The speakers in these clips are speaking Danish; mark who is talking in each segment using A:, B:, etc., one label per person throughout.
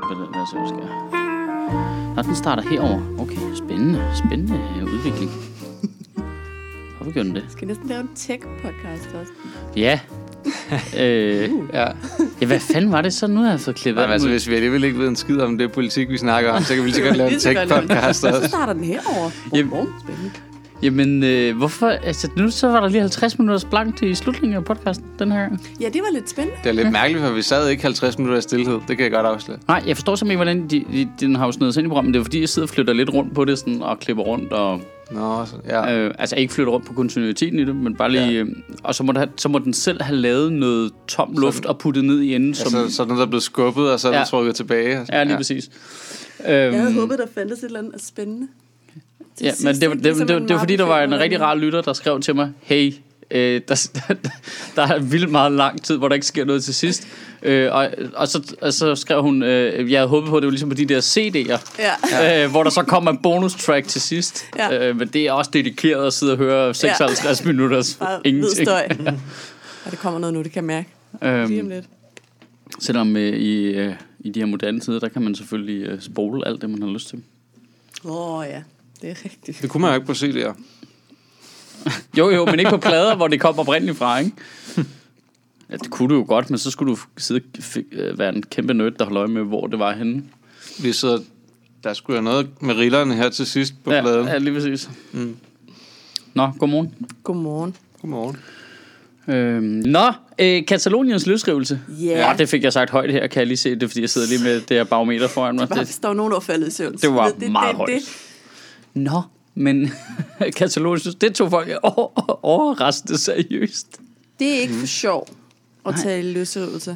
A: på den der, så jeg skal. Nå, den starter herover. Okay, spændende udvikling. Hvorfor gør den det?
B: Skal næsten lave en tech-podcast også?
A: Ja. Ja, hvad fanden var det så? Nu har jeg fået klippet.
C: Altså, hvis vi alligevel ikke ved en skid om det politik, vi snakker om, så kan vi lige så godt lave en tech-podcast også.
B: Så starter den herover. Spændende.
A: Jamen, hvorfor? Altså, nu så var der lige 50 minutters blankt i slutningen af podcasten den her gang.
B: Ja, det var lidt spændende.
C: Det er lidt mærkeligt, for vi sad ikke 50 minutter i stillhed. Det kan jeg godt afsløre.
A: Nej, jeg forstår simpelthen ikke, hvordan den har jo snedet sig ind i programmet. Det er fordi, jeg sidder og flytter lidt rundt på det sådan, og klipper rundt og...
C: Nå, ja.
A: Altså ikke flytter rundt på kontinuiteten i det, men bare lige... Ja. Og så må den selv have lavet noget tom luft og puttet ned i enden.
C: Ja, så den er blevet skubbet, og så er den trukket tilbage.
A: Ja, lige præcis.
B: Jeg havde håbet, der fandtes et eller andet spændende.
A: Ja, men det var fordi, der var en rigtig rar lytter, der skrev til mig, hey, der er vildt meget lang tid, hvor der ikke sker noget til sidst. Og så skrev hun, jeg havde håbet på, at det var ligesom på de der CD'er, hvor der så kommer en bonus track til sidst. Ja. Men det er også dedikeret at sidde og høre 56 minutters ingenting.
B: Og det kommer noget nu, det kan jeg mærke. Lige om lidt.
A: Selvom i de her moderne tider, der kan man selvfølgelig spole alt det, man har lyst til.
B: Ja, det er rigtigt.
C: Det kunne man jo ikke på CD'er.
A: Jo, men ikke på plader, hvor det kom oprindeligt fra, ikke? Ja, det kunne du jo godt, men så skulle du sidde være en kæmpe nerd, der holder øje med, hvor det var henne.
C: Der skulle jeg noget med rillerne her til sidst på pladen.
A: Ja, lige præcis. Nå, godmorgen.
B: Godmorgen.
A: Kataloniens løsrivelse.
B: Ja,
A: det fik jeg sagt højt her, kan jeg lige se det, fordi jeg sidder lige med det her barometer foran mig.
B: Der står nogen, der faldet i søvn.
A: Det var meget højt. Nå, men Katalonien, det tog folk overraskende seriøst.
B: Det er ikke for sjov at tale løsrivelse.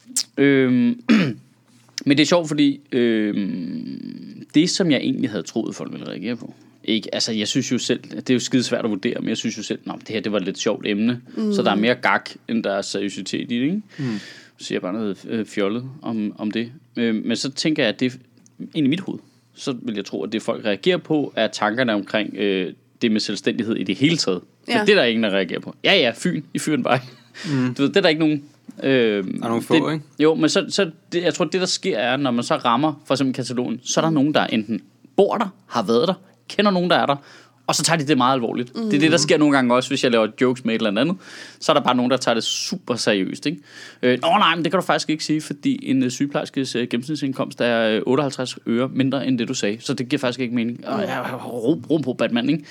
A: Men det er sjovt, fordi det, som jeg egentlig havde troet, folk ville reagere på. Ikke, altså jeg synes jo selv, det er jo skide svært at vurdere, men jeg synes jo selv, det her det var et lidt sjovt emne, så der er mere gag, end der er seriøsitet i det, ikke? Så siger jeg bare noget fjollet om det. Men så tænker jeg, at det ind i mit hoved, så vil jeg tro, at det folk reagerer på, er tankerne omkring det med selvstændighed i det hele taget. For det er der ingen, der reagerer på. Ja, Fyn, I Fyn bare. Du ved, det er der ikke nogen...
C: der er nogle få, ikke?
A: Jo, men så det, jeg tror, det der sker er, når man så rammer for eksempel Katalonien, så er der nogen, der enten bor der, har været der, kender nogen, der er der, og så tager de det meget alvorligt. Det er det, der sker nogle gange også, hvis jeg laver jokes med et eller andet. Så er der bare nogen, der tager det super seriøst, ikke? Nej, men det kan du faktisk ikke sige, fordi en sygeplejerskes gennemsnitsindkomst er 58 øre mindre end det, du sagde. Så det giver faktisk ikke mening. Ro på Batman, ikke?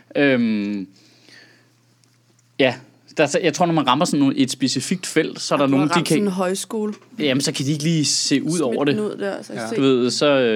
A: Jeg tror, når man rammer sådan et specifikt felt, så er der nogen, de kan...
B: sådan en højskole.
A: Jamen, så kan de ikke lige se ud over det.
B: Ud der, så
A: du ved,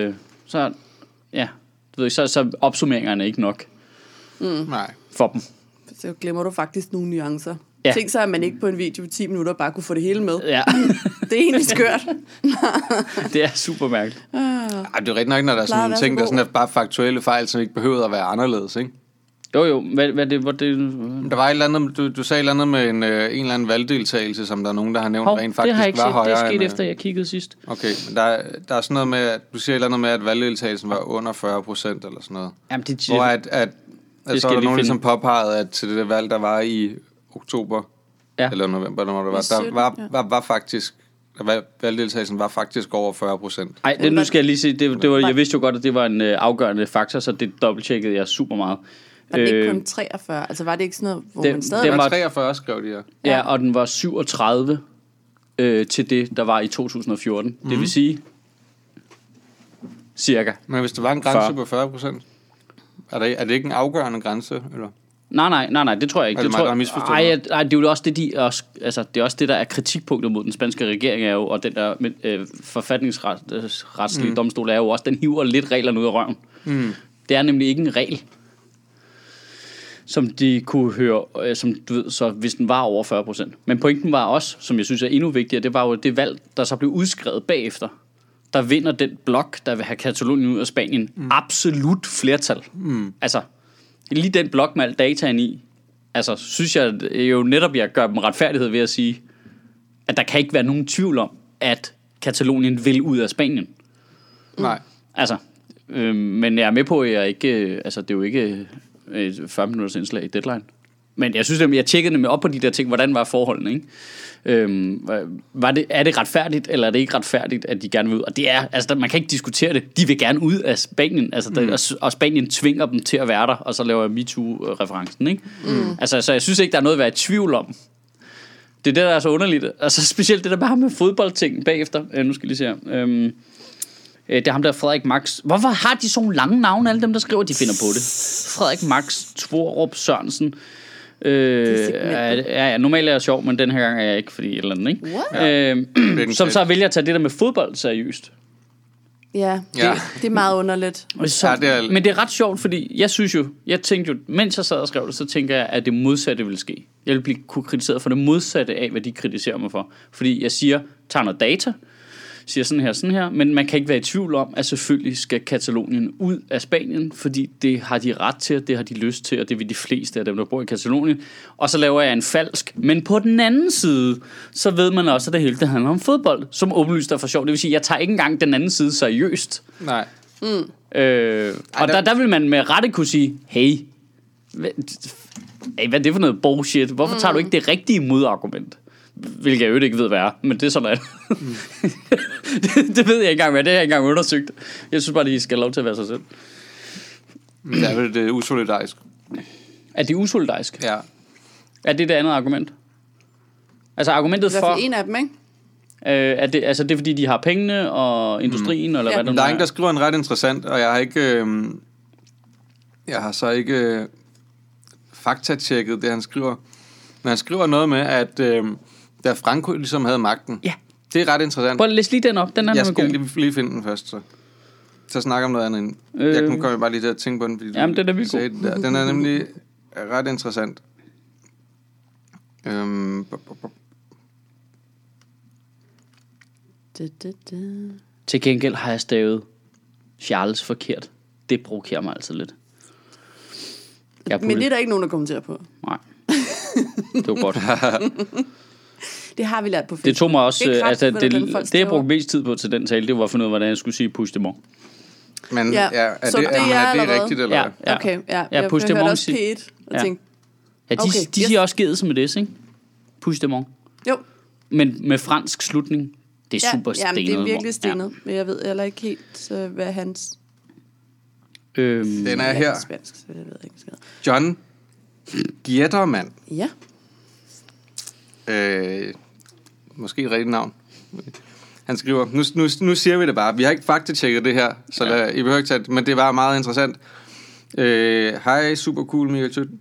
A: så opsummeringerne er ikke nok.
C: Nej.
A: For dem.
B: Så glemmer du faktisk nogle nuancer.
A: Ja.
B: Tænk så, at man ikke på en video i 10 minutter bare kunne få det hele med.
A: Ja.
B: Det er egentlig skørt.
A: Det er super mærkeligt.
C: Det er jo rigtig nok, når der er sådan nogle ting, der sådan er bare faktuelle fejl, som ikke behøver at være anderledes, ikke?
A: Jo, hvad det...
C: Der var et eller andet, du sagde et eller andet med en eller anden valgdeltagelse, som der er nogen, der har nævnt, rent faktisk var højere.
A: Det er sket efter, jeg kiggede sidst.
C: Okay, men der er sådan noget med, at du siger et eller andet med, at valgdeltagelsen var under 40% eller sådan noget.
A: Jamen, det
C: hvor så er der nogen, som påpegede, at til det der valg, der var i oktober, eller november, når det var, der var faktisk... Valgdeltagelsen var faktisk over 40%.
A: Nej, nu skal jeg lige sige, det var, jeg vidste jo godt, at det var en afgørende faktor, så det dobbelttjekkede jeg super meget.
B: Var det ikke kun 43? Altså var det ikke sådan noget, hvor man stadig...
C: Det var 43, skrev de her.
A: Ja, og den var 37 til det, der var i 2014. Det vil sige, cirka.
C: Men hvis der var en grænse på 40%, er det ikke en afgørende grænse, eller?
A: Nej, det tror jeg ikke.
C: Det tror jeg.
A: Nej, det er jo også det, det er også det, der er kritikpunktet mod den spanske regering, er jo, og den der forfatningsretslige domstol er jo også, den hiver lidt reglerne ud af røven. Det er nemlig ikke en regel, som de kunne høre, som du ved, så hvis den var over 40%. Men pointen var også, som jeg synes er endnu vigtigere, det var jo det valg, der så blev udskrevet bagefter. Der vinder den blok, der vil have Katalonien ud af Spanien, absolut flertal. Altså, lige den blok med al dataen i, altså, synes jeg jo netop, jeg gør dem retfærdighed ved at sige, at der kan ikke være nogen tvivl om, at Katalonien vil ud af Spanien.
C: Nej.
A: Altså, men jeg er med på, at jeg ikke, altså, det er jo ikke 40 minutters indslag i Deadline. Men jeg synes, at jeg tjekkede nemlig op på de der ting, hvordan var forholdene, ikke? Er det retfærdigt, eller er det ikke retfærdigt, at de gerne vil ud? Og det er, altså man kan ikke diskutere det. De vil gerne ud af Spanien, altså og Spanien tvinger dem til at være der, og så laver jeg MeToo-referencen, ikke? Altså, så jeg synes ikke, der er noget at være i tvivl om. Det er det, der er så underligt. Altså specielt det der bare med fodboldting bagefter. Nu skal jeg lige se her. Det er ham der, Frederik Max. Hvorfor har de sådan lange navne, alle dem, der skriver, de finder på det? Frederik Max, Tvorup Sørensen. Normalt er jeg sjov, men den her gang er jeg ikke, fordi et eller andet, ikke? Som så vælger at tage det der med fodbold seriøst.
B: Ja, det er meget underligt.
A: Men det er ret sjovt, fordi jeg tænkte jo, mens jeg sad og skrev det, så tænker jeg, at det modsatte ville ske. Jeg ville kunne kritiseret for det modsatte af, hvad de kritiserer mig for. Fordi jeg tager noget data, siger sådan her, men man kan ikke være i tvivl om, at selvfølgelig skal Katalonien ud af Spanien, fordi det har de ret til, det har de lyst til, og det vil de fleste af dem, der bor i Katalonien. Og så laver jeg en falsk. Men på den anden side, så ved man også, at det hele det handler om fodbold, som åbenlyst er for sjov. Det vil sige, at jeg tager ikke engang den anden side seriøst.
C: Nej.
A: Og der vil man med rette kunne sige, hey, hvad er det for noget bullshit? Hvorfor tager du ikke det rigtige modargument? Hvilket jeg jo ikke ved, hvad er, men det er sådan, at det ved jeg ikke engang, hvad det er jeg ikke engang undersøgt. Jeg synes bare, de skal have lov til at være sig selv.
C: Det er usolidarisk.
A: Er det usolidarisk?
C: Ja.
A: Er det andet argument? Altså argumentet for...
B: Det er en af dem, ikke?
A: Er det er fordi, de har pengene og industrien, eller hvad det
C: der er en, der skriver en ret interessant, og jeg har så ikke faktatjekket det, han skriver. Men han skriver noget med, at da Franco ligesom havde magten.
A: Ja.
C: Det er ret interessant.
A: Prøv at læse lige den op. Den er
C: jeg skal lige finde den først, så snakke om noget andet. Jeg kommer bare lige til at tænke på den, fordi
A: jamen, den er vildt god.
C: Den er nemlig ret interessant.
A: Til gengæld har jeg stavet Charles forkert. Det provokerer mig altså lidt.
B: Men det er der ikke nogen, der kommenterer på.
A: Nej. Det var godt.
B: Det har vi lært på Facebook.
A: Det tog mig også, det jeg brugte mest tid på til den tale, det var at finde ud af, hvordan jeg skulle sige Puigdemont.
C: Men er det rigtigt, eller?
B: Ja. Okay, ja.
A: Jeg hørte
B: også P1 og tænkte...
A: Ja, de siger også givet som et S, ikke? Puigdemont.
B: Jo.
A: Men med fransk slutning, det er super stenet.
B: Ja, det er virkelig stenet, men jeg ved heller ikke helt, hvad hans...
C: Den er her.
B: Spansk, så det ved jeg ikke.
C: John Giettermann.
B: Ja.
C: Måske et rigtigt navn. Han skriver, nu siger vi det bare. Vi har ikke faktatjekket det her, så I behøver ikke tage det, men det var meget interessant. Hej, super cool, Michael Tøt.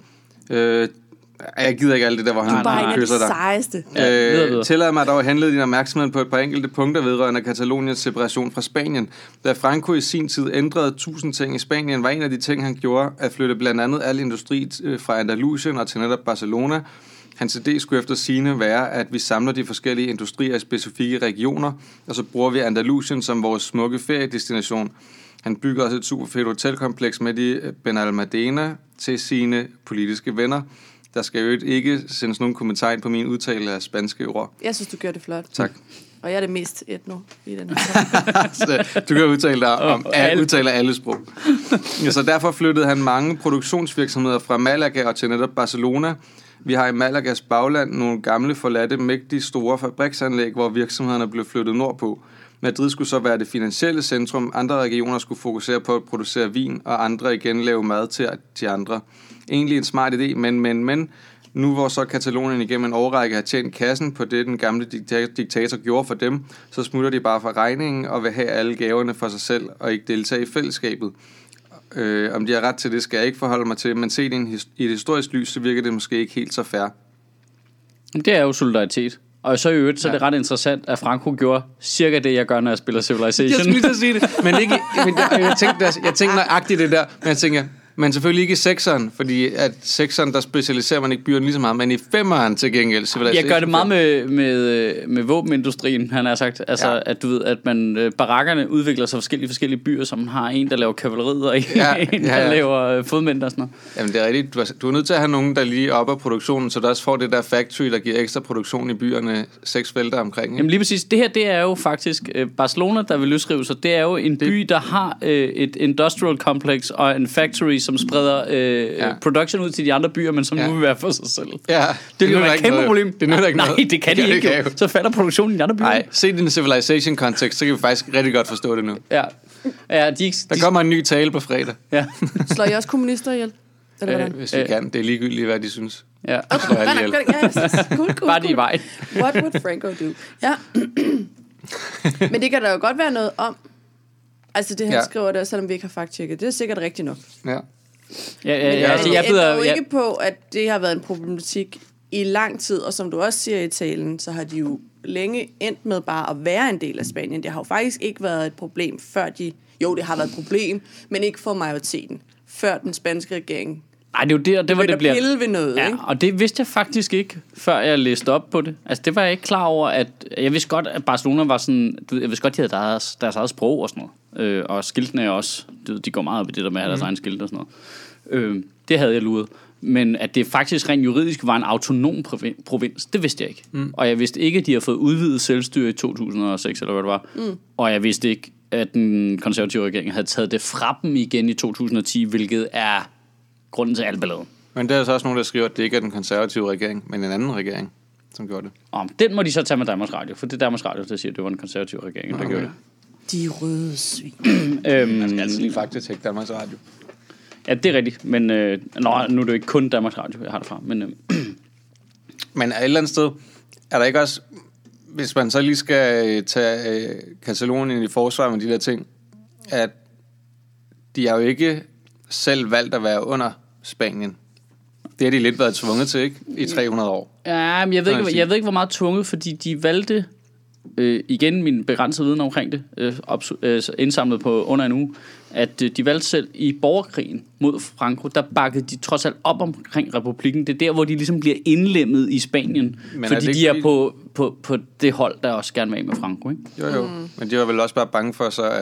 C: Jeg gider ikke alt det der, hvor han kysser dig.
B: Sejeste.
C: Tillad mig dog at handle din opmærksomhed på et par enkelte punkter vedrørende Kataloniens separation fra Spanien. Da Franco i sin tid ændrede 1000 ting i Spanien, var en af de ting, han gjorde, at flytte blandt andet al industri fra Andalusien og til netop Barcelona. Hans idé skulle efter sigende være, at vi samler de forskellige industrier i specifikke regioner, og så bruger vi Andalusien som vores smukke feriedestination. Han bygger også et super fedt hotelkompleks med de Benalmádena til sine politiske venner. Der skal jo ikke sendes nogen kommentar ind på min udtale af spanske ord.
B: Jeg synes, du gør det flot.
C: Tak.
B: Og jeg er det mest etno i den her.
C: Du kan udtale dig om udtale alle sprog. Ja, så derfor flyttede han mange produktionsvirksomheder fra Malaga og til netop Barcelona. Vi har i Malagas bagland nogle gamle forladte, mægtige store fabriksanlæg, hvor virksomhederne blev flyttet nordpå. Madrid skulle så være det finansielle centrum, andre regioner skulle fokusere på at producere vin, og andre igen lave mad til de andre. Egentlig en smart idé, men nu hvor så Katalonien igennem en årrække har tjent kassen på det, den gamle diktator gjorde for dem, så smutter de bare fra regningen og vil have alle gaverne for sig selv og ikke deltage i fællesskabet. Om de har ret til det, skal jeg ikke forholde mig til, men set i et historisk lys, så virker det måske ikke helt så fair.
A: Det er jo solidaritet. Og så i øvrigt, så er det ret interessant, at Franco gjorde cirka det, jeg gør, når jeg spiller Civilization.
C: Jeg skulle lige til at sige det, men ikke, jeg tænkte nøjagtigt det der, men jeg tænker, men selvfølgelig ikke i 6'eren, fordi at 6'eren, der specialiserer man ikke byerne lige så meget, men i 5'eren til gengæld.
A: Jeg gør det meget med våbenindustrien, han har sagt. Altså, at du ved, at barakkerne udvikler sig forskellige byer, som har en, der laver kavaleriet, og en, der laver fodmænd og sådan noget.
C: Jamen, det er rigtigt. Du er nødt til at have nogen, der lige op af produktionen, så du også får det der factory, der giver ekstra produktion i byerne, 6 felter omkring. Ikke?
A: Jamen lige præcis. Det her, det er jo faktisk Barcelona, der vil løsrive sig. Det er jo en by, der har et industrial complex og en factory, som spreder production ud til de andre byer, men som nu vil være for sig selv.
C: Ja,
A: det vil være et kæmpe problem.
C: Det nytter ikke noget.
A: Nej, det kan de ikke. Jo. Så falder produktionen i de andre byer.
C: Nej, se din Civilization-kontekst, så kan vi faktisk rigtig godt forstå det nu.
A: Ja.
C: Der kommer en ny tale på fredag.
A: Ja.
B: Slår I også kommunister ihjel?
C: Hvis vi kan. Det er ligegyldigt, hvad de synes.
A: Ja.
B: Cool.
A: Bare de i vejen.
B: What would Franco do? Ja. Men det kan der jo godt være noget om. Altså det han skriver der, selvom vi ikke har fact-checket. Det er sikkert rigtigt nok.
C: Ja.
B: Jeg ændrer jo ikke på, at det har været en problematik i lang tid, og som du også siger i talen, så har de jo længe endt med bare at være en del af Spanien. Det har jo faktisk ikke været et problem, før de... Jo, det har været et problem, men ikke for majoriteten. Før den spanske regering...
A: Nej, det er jo det, hvor det bliver...
B: pille ved noget,
A: ja,
B: ikke?
A: Og det vidste jeg faktisk ikke, før jeg læste op på det. Altså, det var jeg ikke klar over, at... Jeg vidste godt, at Barcelona var sådan... Jeg vidste godt, de havde deres eget sprog og sådan noget. Og skiltene er også... De går meget op i det der med at have deres egen skilte og sådan noget. Det havde jeg luret. Men at det faktisk rent juridisk var en autonom provins, det vidste jeg ikke. Og jeg vidste ikke, at de har fået udvidet selvstyre i 2006, eller hvad det var. Og jeg vidste ikke, at den konservative regering havde taget det fra dem igen i 2010, hvilket er grunden til alt balladen. Men
C: det er så også nogen, der skriver, at det ikke er den konservative regering, men en anden regering, som gjorde det.
A: Den må de så tage med Danmarks Radio, for det er Danmarks Radio, der siger, at det var den konservative regering, der gjorde det.
B: De røde svin.
C: Man skal altså lige faktisk tjekke Danmarks Radio.
A: Ja, det er rigtigt, men nu er det jo ikke kun Danmarks Radio, jeg har det fra.
C: Men et eller andet sted, er der ikke også, hvis man så lige skal tage Katalonien i forsvar med de der ting, at de har jo ikke selv valgt at være under Spanien. Det har de lidt været tvunget til, ikke? I 300 år.
A: Ja, men jeg ved ikke, hvor meget tvunget, fordi de valgte, igen min begrænsede viden omkring det, indsamlet på under en uge, at de valgte selv i borgerkrigen mod Franco, der bakkede de trods alt op omkring republikken. Det er der, hvor de ligesom bliver indlemmet i Spanien, men fordi de er på det hold, der også gerne vil af med Franco, ikke?
C: Jo. Men de var vel også bare bange for så,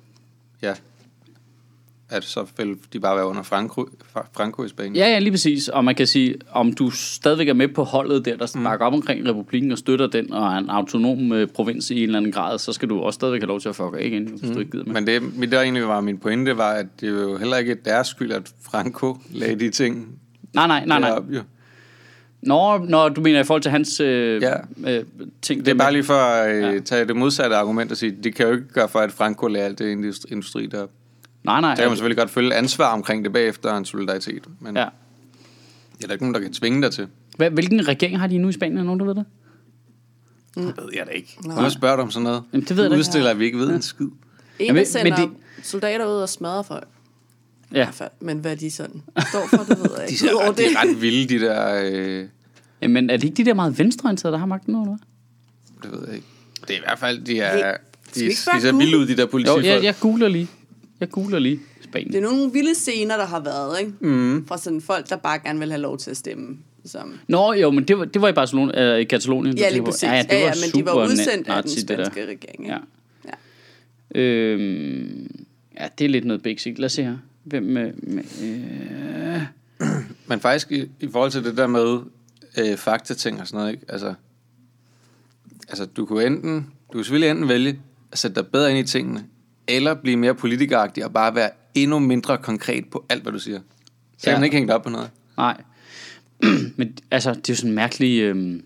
C: at så vil de bare være under Franco i Spanien.
A: Ja, lige præcis. Og man kan sige, om du stadigvæk er med på holdet der bakker op omkring republikken og støtter den, og er en autonom provins i en eller anden grad, så skal du også stadigvæk have lov til at fuck af igen, hvis du ikke gider med.
C: Men det der egentlig var min pointe, var, at det er jo heller ikke deres skyld, at Franco lagde de ting.
A: Nej.
C: Op, jo.
A: Når du mener i forhold til hans ting.
C: Det er bare lige for at tage det modsatte argument og sige, det kan jo ikke gøre for, at Franco lagde alt det industri der.
A: Nej.
C: Der kan man selvfølgelig godt følge ansvar omkring det bagefter en solidaritet, men det er der ikke nogen, der kan tvinge dig til.
A: Hvilken regering har de nu i Spanien? Er nogen, der ved det?
C: Det ved jeg da ikke. Hvorfor spørger du om sådan noget?
A: Jamen, det ved jeg
C: udstiller, at vi ikke ved en skid.
B: En, der sender soldater ud og smadrer folk. Ja. Men hvad de sådan står for, det ved jeg ikke.
C: De er ret vilde, de der...
A: Jamen, er det ikke de der meget venstreorienterede, der har magten nu, eller
C: hvad? Det ved jeg ikke. Det er i hvert fald, de ser vilde ud, de der politifolk.
A: Jo, jeg googler lige Spanien.
B: Det er nogle vilde scener, der har været, ikke? Fra sådan folk, der bare gerne vil have lov til at stemme.
A: Nå, jo, men det var i Barcelona, i Katalonien.
B: Ja, lige præcis. Ja, men de var udsendt af den spanske regering.
A: Ja. Ja, det er lidt noget basic. Lad os se her.
C: Men faktisk i forhold til det der med faktating og sådan noget, ikke? Altså du kan selvfølgelig enten vælge at sætte dig bedre ind i tingene, eller blive mere politikeragtig og bare være endnu mindre konkret på alt, hvad du siger. Så kan man ikke hænge dig op på noget.
A: Nej. Men altså, det er jo sådan en mærkelig...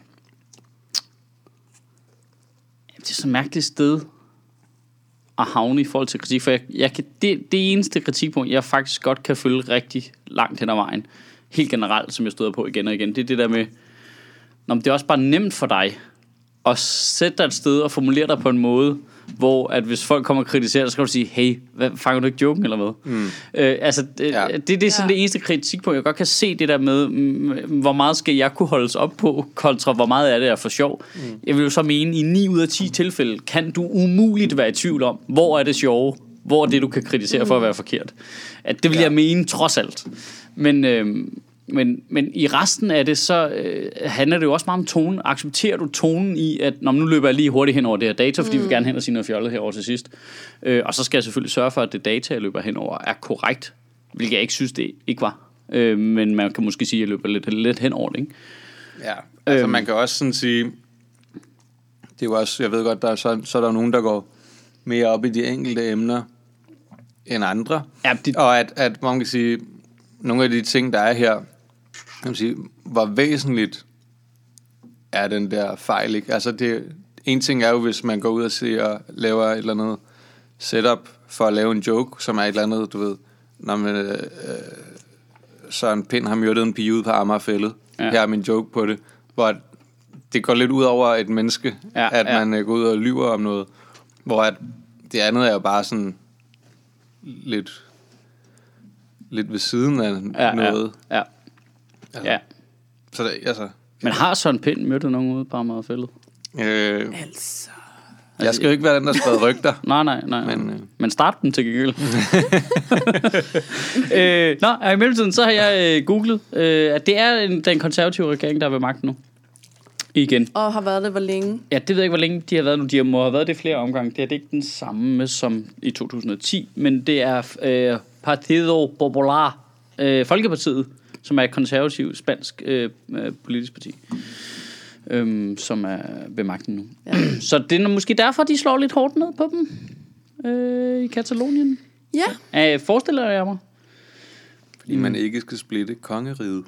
A: det er sådan et mærkeligt sted at havne i forhold til kritik, for det eneste kritikpunkt, jeg faktisk godt kan følge rigtig langt hen ad vejen, helt generelt, som jeg støder på igen og igen, det er det der med, det er også bare nemt for dig at sætte dig et sted og formulere dig på en måde, hvor at hvis folk kommer og kritiserer dig, så skal du sige, hey, fanger du ikke joken eller hvad? Det er sådan det eneste kritikpunkt, jeg godt kan se det der med, hvor meget skal jeg kunne holdes op på, kontra hvor meget er det at få sjov. Jeg vil jo så mene, i 9 ud af 10 tilfælde, kan du umuligt være i tvivl om, hvor er det sjove, hvor er det, du kan kritisere for at være forkert. At det vil jeg mene, trods alt. Men i resten af det, så handler det jo også meget om tonen. Accepterer du tonen i, at nu løber jeg lige hurtigt hen over det her data, fordi vi vil gerne hen og sige noget fjollet herover til sidst. Og så skal jeg selvfølgelig sørge for, at det data, jeg løber henover, er korrekt. Hvilket jeg ikke synes, det ikke var. Men man kan måske sige, at jeg løber lidt hen over det, ikke?
C: Ja, altså man kan også sådan sige, det er jo også, jeg ved godt, der er så er der nogen, der går mere op i de enkelte emner end andre. Ja, og at man kan sige, nogle af de ting, der er her, kan man sige, hvor væsentligt er den der fejl, ikke? Altså, en ting er jo, hvis man går ud og siger og laver et eller andet setup for at lave en joke, som er et eller andet, du ved, når man Søren Pind har myrdet en pige ude på Amagerfællet. Ja. Her er min joke på det, hvor det går lidt ud over et menneske, man går ud og lyver om noget, hvor at det andet er jo bare sådan lidt ved siden af noget.
A: Ja.
C: Altså, ja. Så det, altså...
A: Men har Søren Pind myrdet nogen ude på Amagerfællet?
B: Altså...
C: Jeg skal jo ikke være den, der spreder rygter.
A: Nej. Men start den til gengæld. I mellemtiden, så har jeg googlet, at det er den konservative regering, der er ved magten nu. Igen.
B: Og har været det hvor længe?
A: Ja, det ved jeg ikke, hvor længe de har været nu. De må have været det flere omgange. Det er ikke den samme som i 2010, men det er Partido Popular, Folkepartiet, som er et konservativt spansk politisk parti. Som er ved magten nu. Ja. Så det er måske derfor, de slår lidt hårdt ned på dem i Katalonien.
B: Ja.
A: Forestiller jeg mig.
C: Fordi man ikke skal splitte kongeriget.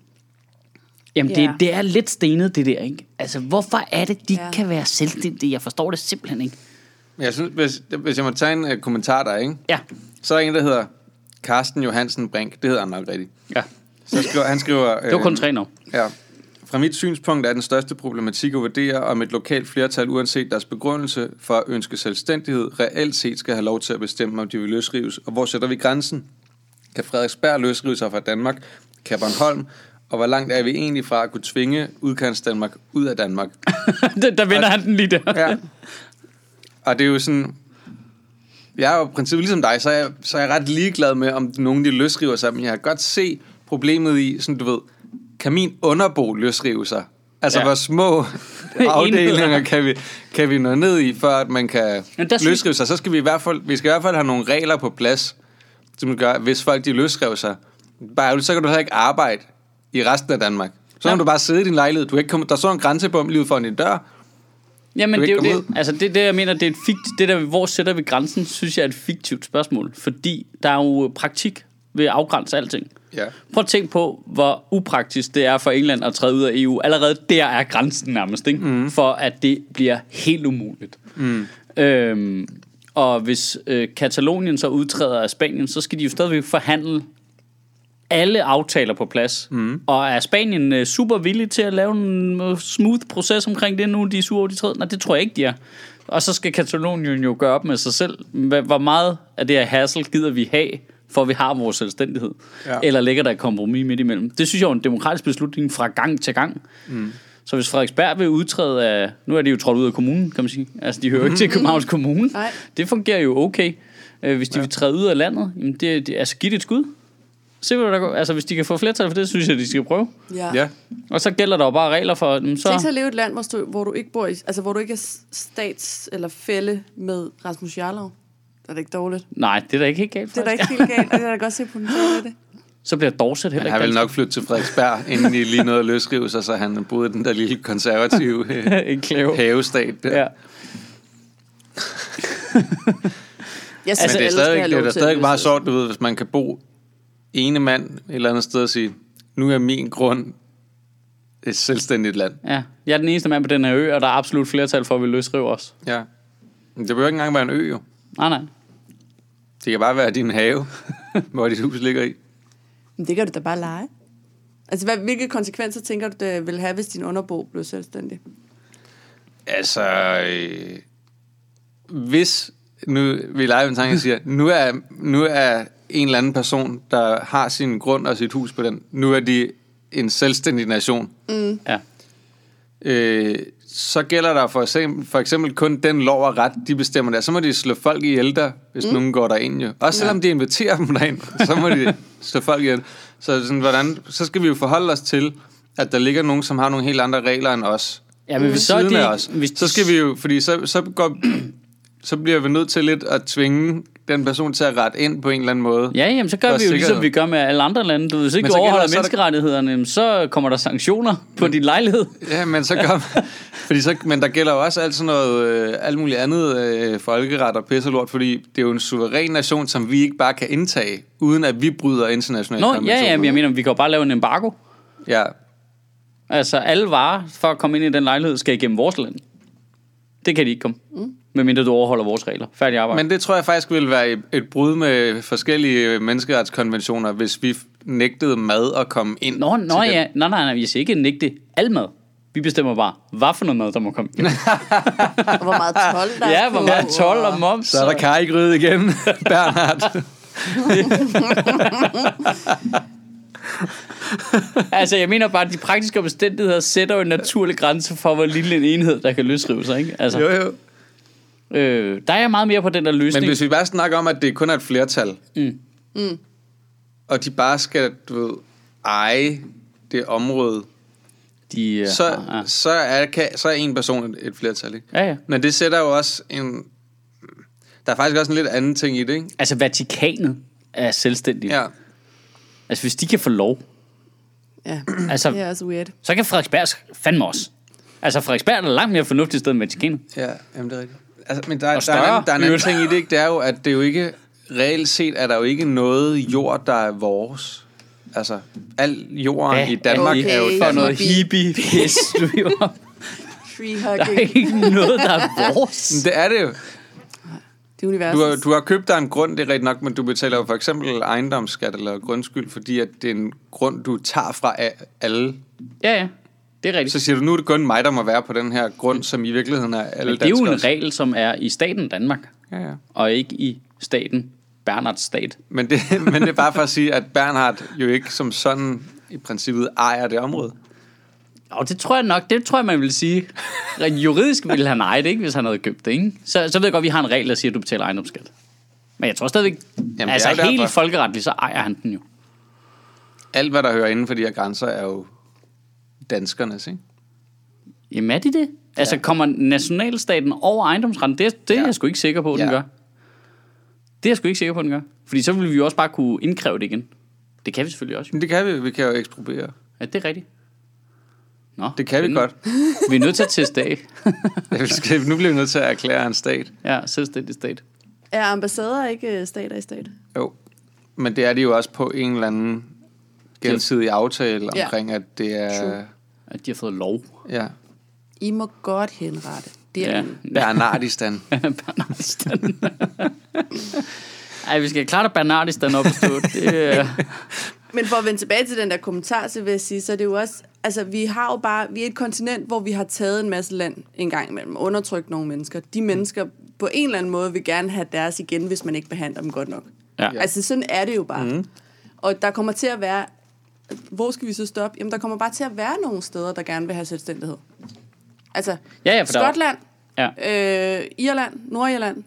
A: Jamen, det er lidt stenet, det der, ikke? Altså, hvorfor er det, de kan være selvstændige? Jeg forstår det simpelthen ikke.
C: Jeg synes, hvis jeg må tage en kommentar der, ikke?
A: Ja.
C: Så er der en, der hedder Carsten Johansen Brink. Det hedder han nok rigtigt.
A: Ja.
C: Han skriver...
A: det var kun 3 år.
C: Ja. Fra mit synspunkt er den største problematik at vurdere, om et lokalt flertal, uanset deres begrundelse for at ønske selvstændighed, reelt set skal have lov til at bestemme, om de vil løsrives. Og hvor sætter vi grænsen? Kan Frederiksberg løsrive sig fra Danmark? Kan Bornholm? Og hvor langt er vi egentlig fra at kunne tvinge udkants Danmark ud af Danmark?
A: Der vender han den lige der.
C: Ja. Og det er jo sådan... Jeg er jo i princippet ligesom dig, så er jeg ret ligeglad med, om nogen de løsriver sig. Men jeg kan godt se problemet i, sådan du ved... Kan min underbo løsrive sig? Altså, hvor små afdelinger kan vi nå ned i, for at man kan løsrive sig? Så skal vi i hvert fald have nogle regler på plads, som gør, hvis folk de løsriver sig. Så kan du heller ikke arbejde i resten af Danmark. Så kan du bare sidde i din lejlighed. Der står en grænsebom lige ud foran din dør.
A: Jamen, det er jo det. Altså, det jeg mener, det er det der, hvor sætter vi grænsen, synes jeg er et fiktivt spørgsmål. Fordi der er jo praktik ved at afgrænse alting.
C: Ja.
A: Prøv at tænke på, hvor upraktisk det er for England at træde ud af EU. Allerede der er grænsen nærmest, ikke? Mm. For at det bliver helt umuligt. Mm. Og hvis Katalonien så udtræder af Spanien, så skal de jo stadigvæk forhandle alle aftaler på plads. Mm. Og er Spanien super villig til at lave en smooth proces omkring det nu, de er sure over de træder? Nej, det tror jeg ikke, de er. Og så skal Katalonien jo gøre op med sig selv. Hvor meget af det her hassle gider vi have, for vi har vores selvstændighed? Ja. Eller ligger der et kompromis midt imellem? Det synes jeg er en demokratisk beslutning fra gang til gang. Mm. Så hvis Frederiksberg vil udtræde af... Nu er de jo trådt ud af kommunen, kan man sige. Altså, de hører ikke til Københavns Kommune. Nej. Det fungerer jo okay. Hvis de vil træde ud af landet, jamen altså, giv det et skud. Se, hvad der går. Altså, hvis de kan få flertal for det, synes jeg, de skal prøve. Ja. Og så gælder der jo bare regler for...
B: Tænk så at leve i et land, hvor du ikke bor i... Altså, hvor du ikke er stats- eller fælle med Rasmus Jarlov. Er det ikke dårligt?
A: Nej, det er da ikke helt galt.
B: Det er da ikke helt galt, og det er da godt se på den af det.
A: Så bliver Dorset heller ikke.
C: Han vil nok flytte til Frederiksberg, inden de lige nåede at løsrive sig, så han boede i den der lille konservative havestat der. Ja. Men det er stadig meget sjovt, du ved, hvis man kan bo ene mand et eller andet sted og sige, nu er min grund et selvstændigt land.
A: Ja, jeg er den eneste mand på den her ø, og der er absolut flertal for, at vi løsrive os.
C: Ja, men det behøver ikke engang være en ø, jo.
A: Nej.
C: Det kan bare være din have, hvor dit hus ligger i.
B: Men det kan du da bare lege. Altså, hvilke konsekvenser tænker du, det vil have, hvis din underbo blev selvstændig?
C: Altså, hvis nu vi leger en tanke og siger, nu er en eller anden person, der har sin grund og sit hus på den, nu er de en selvstændig nation. Mm. Ja. Så gælder der for eksempel kun den lov og ret, de bestemmer der. Så må de slå folk ihjel der, hvis nogen går derind jo. Også selvom de inviterer dem derind, så må de slå folk ihjel. Så sådan, så skal vi jo forholde os til, at der ligger nogen, som har nogle helt andre regler end os.
A: Ja, men hvis så
C: skal vi jo, fordi så bliver vi nødt til lidt at tvinge den person til at rette ind på en eller anden måde.
A: Ja, jamen, så gør vi jo ligesom vi gør med alle andre lande. Du, hvis ikke du overholder menneskerettighederne, så kommer der sanktioner på din lejlighed.
C: Ja, men så gør men der gælder jo også alt sådan noget, alt muligt andet folkeret og pisse lort, fordi det er jo en suveræn nation, som vi ikke bare kan indtage, uden at vi bryder internationale konventioner.
A: Ja, men jeg mener, vi kan jo bare lave en embargo.
C: Ja.
A: Altså, alle varer, for at komme ind i den lejlighed, skal igennem vores land. Det kan de ikke komme. Medmindre du overholder vores regler. Færdig arbejde.
C: Men det tror jeg faktisk ville være et brud med forskellige menneskeretskonventioner, hvis vi nægtede mad at komme ind.
A: Nej, vi siger ikke nægte al mad. Vi bestemmer bare, hvad for noget mad, der må komme ind.
B: Og hvor meget told der
A: er. Ja, hvor meget told og moms.
C: Så er der karrigryde igen, Bernhard.
A: Altså, jeg mener bare, at de praktiske omstændigheder sætter jo en naturlig grænse for, hvor lille en enhed, der kan løsrive sig, ikke? Altså,
C: jo.
A: Der er jeg meget mere på den der løsning.
C: Men hvis vi bare snakker om, at det kun er et flertal, og de bare skal, du ved, eje det område, så er en person et flertal, ikke?
A: Ja.
C: Men det sætter jo også der er faktisk også en lidt anden ting i det, ikke?
A: Altså, Vatikanet er selvstændigt.
C: Ja.
A: Altså, hvis de kan få lov.
B: Ja,
A: altså,
B: det er også weird.
A: Så kan Frederiksberg fandme også. Altså, Frederiksberg er langt mere fornuftigt sted end Vatikanet.
C: Ja, jamen det er rigtigt. Altså, men der er en anden ting i det, ikke? Det er jo, at det er jo ikke, reelt set er der jo ikke noget jord, der er vores. Altså, al jorden i Danmark er jo
A: for noget hippie-pis. Der er ikke noget, der er vores.
C: Men det er det jo.
B: Du
C: har købt dig en grund, det er rigtigt nok, men du betaler jo for eksempel ejendomsskat eller grundskyld, fordi at det er en grund, du tager fra alle.
A: Ja, det er rigtigt.
C: Så siger du, nu er det kun mig, der må være på den her grund, som i virkeligheden er alle danskere.
A: Det er jo en regel, som er i staten Danmark,
C: ja. Og
A: ikke i staten Bernhards stat.
C: Men det er bare for at sige, at Bernhard jo ikke som sådan i princippet ejer det område.
A: Og det tror jeg nok, man vil sige. Rent juridisk ville han eje det, ikke, hvis han havde købt det, ikke? Så ved jeg godt, vi har en regel, der siger, at du betaler ejendomsskat. Men jeg tror stadigvæk, helt folkeretligt, så ejer han den jo.
C: Alt, hvad der hører inden for de her grænser, er jo danskernes, ikke?
A: Jamen er det? Ja. Altså, kommer nationalstaten over ejendomsretten? Det er jeg sgu ikke sikker på, den gør. Det er jeg sgu ikke sikker på, den gør. Fordi så ville vi jo også bare kunne indkræve det igen. Det kan vi selvfølgelig også.
C: Men det kan vi. Vi kan jo ekspropriere.
A: Ja, det er rigtigt. Nå,
C: det kan vi godt.
A: Vi er nødt til at teste af.
C: Nu bliver vi nødt til at erklære en stat.
A: Ja, selvstændig stat.
B: Er ambassader ikke stater i stat?
C: Jo, men det er de jo også på en eller anden gensidig aftale omkring, at det er...
A: True. At de har fået lov.
C: Ja.
B: I må godt henrette. Det er
C: Bernardistan.
A: Bernardistan. Ej, vi skal klart have Bernardistan op på
B: Men for at vende tilbage til den der kommentar, så vil jeg sige, så er det jo også, altså vi er et kontinent, hvor vi har taget en masse land en gang imellem, undertrykt nogle mennesker. De mennesker på en eller anden måde vil gerne have deres igen, hvis man ikke behandler dem godt nok.
A: Ja.
B: Altså sådan er det jo bare. Og der kommer til at være, hvor skal vi så stoppe? Jamen der kommer bare til at være nogle steder, der gerne vil have selvstændighed. Altså Skotland, Irland, Nordirland,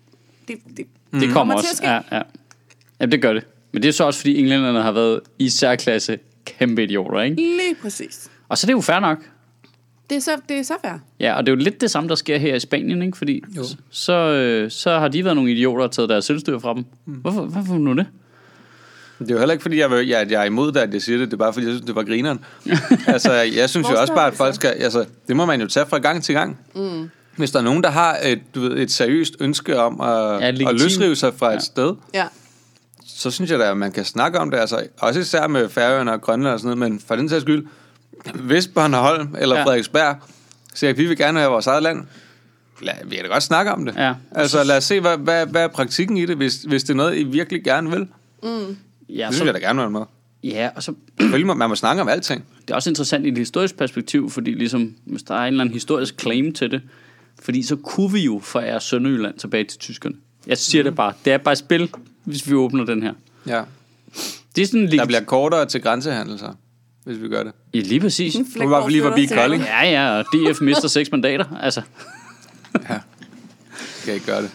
A: det kommer også.
B: Til at ske.
A: Ja. Jamen det gør det. Men det er så også, fordi englænderne har været i særklasse kæmpe idioter, ikke?
B: Lige præcis.
A: Og så er det jo fair nok.
B: Det er så fair.
A: Ja, og det er jo lidt det samme, der sker her i Spanien, ikke? Fordi så har de været nogle idioter og taget deres selvstyre fra dem. Hvorfor nu det?
C: Det er jo heller ikke, fordi jeg er imod det, at jeg siger det. Det er bare, fordi jeg synes, det var grineren. Altså, jeg synes jo også bare, at folk skal... Altså, det må man jo tage fra gang til gang. Hvis der er nogen, der har et seriøst ønske om at løsrive sig fra et sted... Ja. Så synes jeg da, at man kan snakke om det, altså også især med Færøerne og Grønland og sådan noget, men for den sags skyld, hvis Bornholm eller Frederiksberg siger, at vi vil gerne have vores eget land, vi kan da godt snakke om det. Ja. Altså lad os se, hvad er praktikken i det, hvis det er noget, I virkelig gerne vil. Ja, det synes jeg da gerne vil med.
A: Ja, og så...
C: Man må snakke om alting.
A: Det er også interessant i et historisk perspektiv, fordi ligesom, hvis der er en eller anden historisk claim til det, fordi så kunne vi jo forære Sønderjylland tilbage til tyskerne. Jeg siger det bare, det er bare et spil, hvis vi åbner den her.
C: Ja.
A: Det er sådan
C: der bliver kortere til grænsehandel så, hvis vi gør det.
A: Ja, lige præcis.
C: Du var lige forbi Kolding.
A: Ja, og DF mister 6 mandater, altså.
C: Ja. Skal ikke gøre det.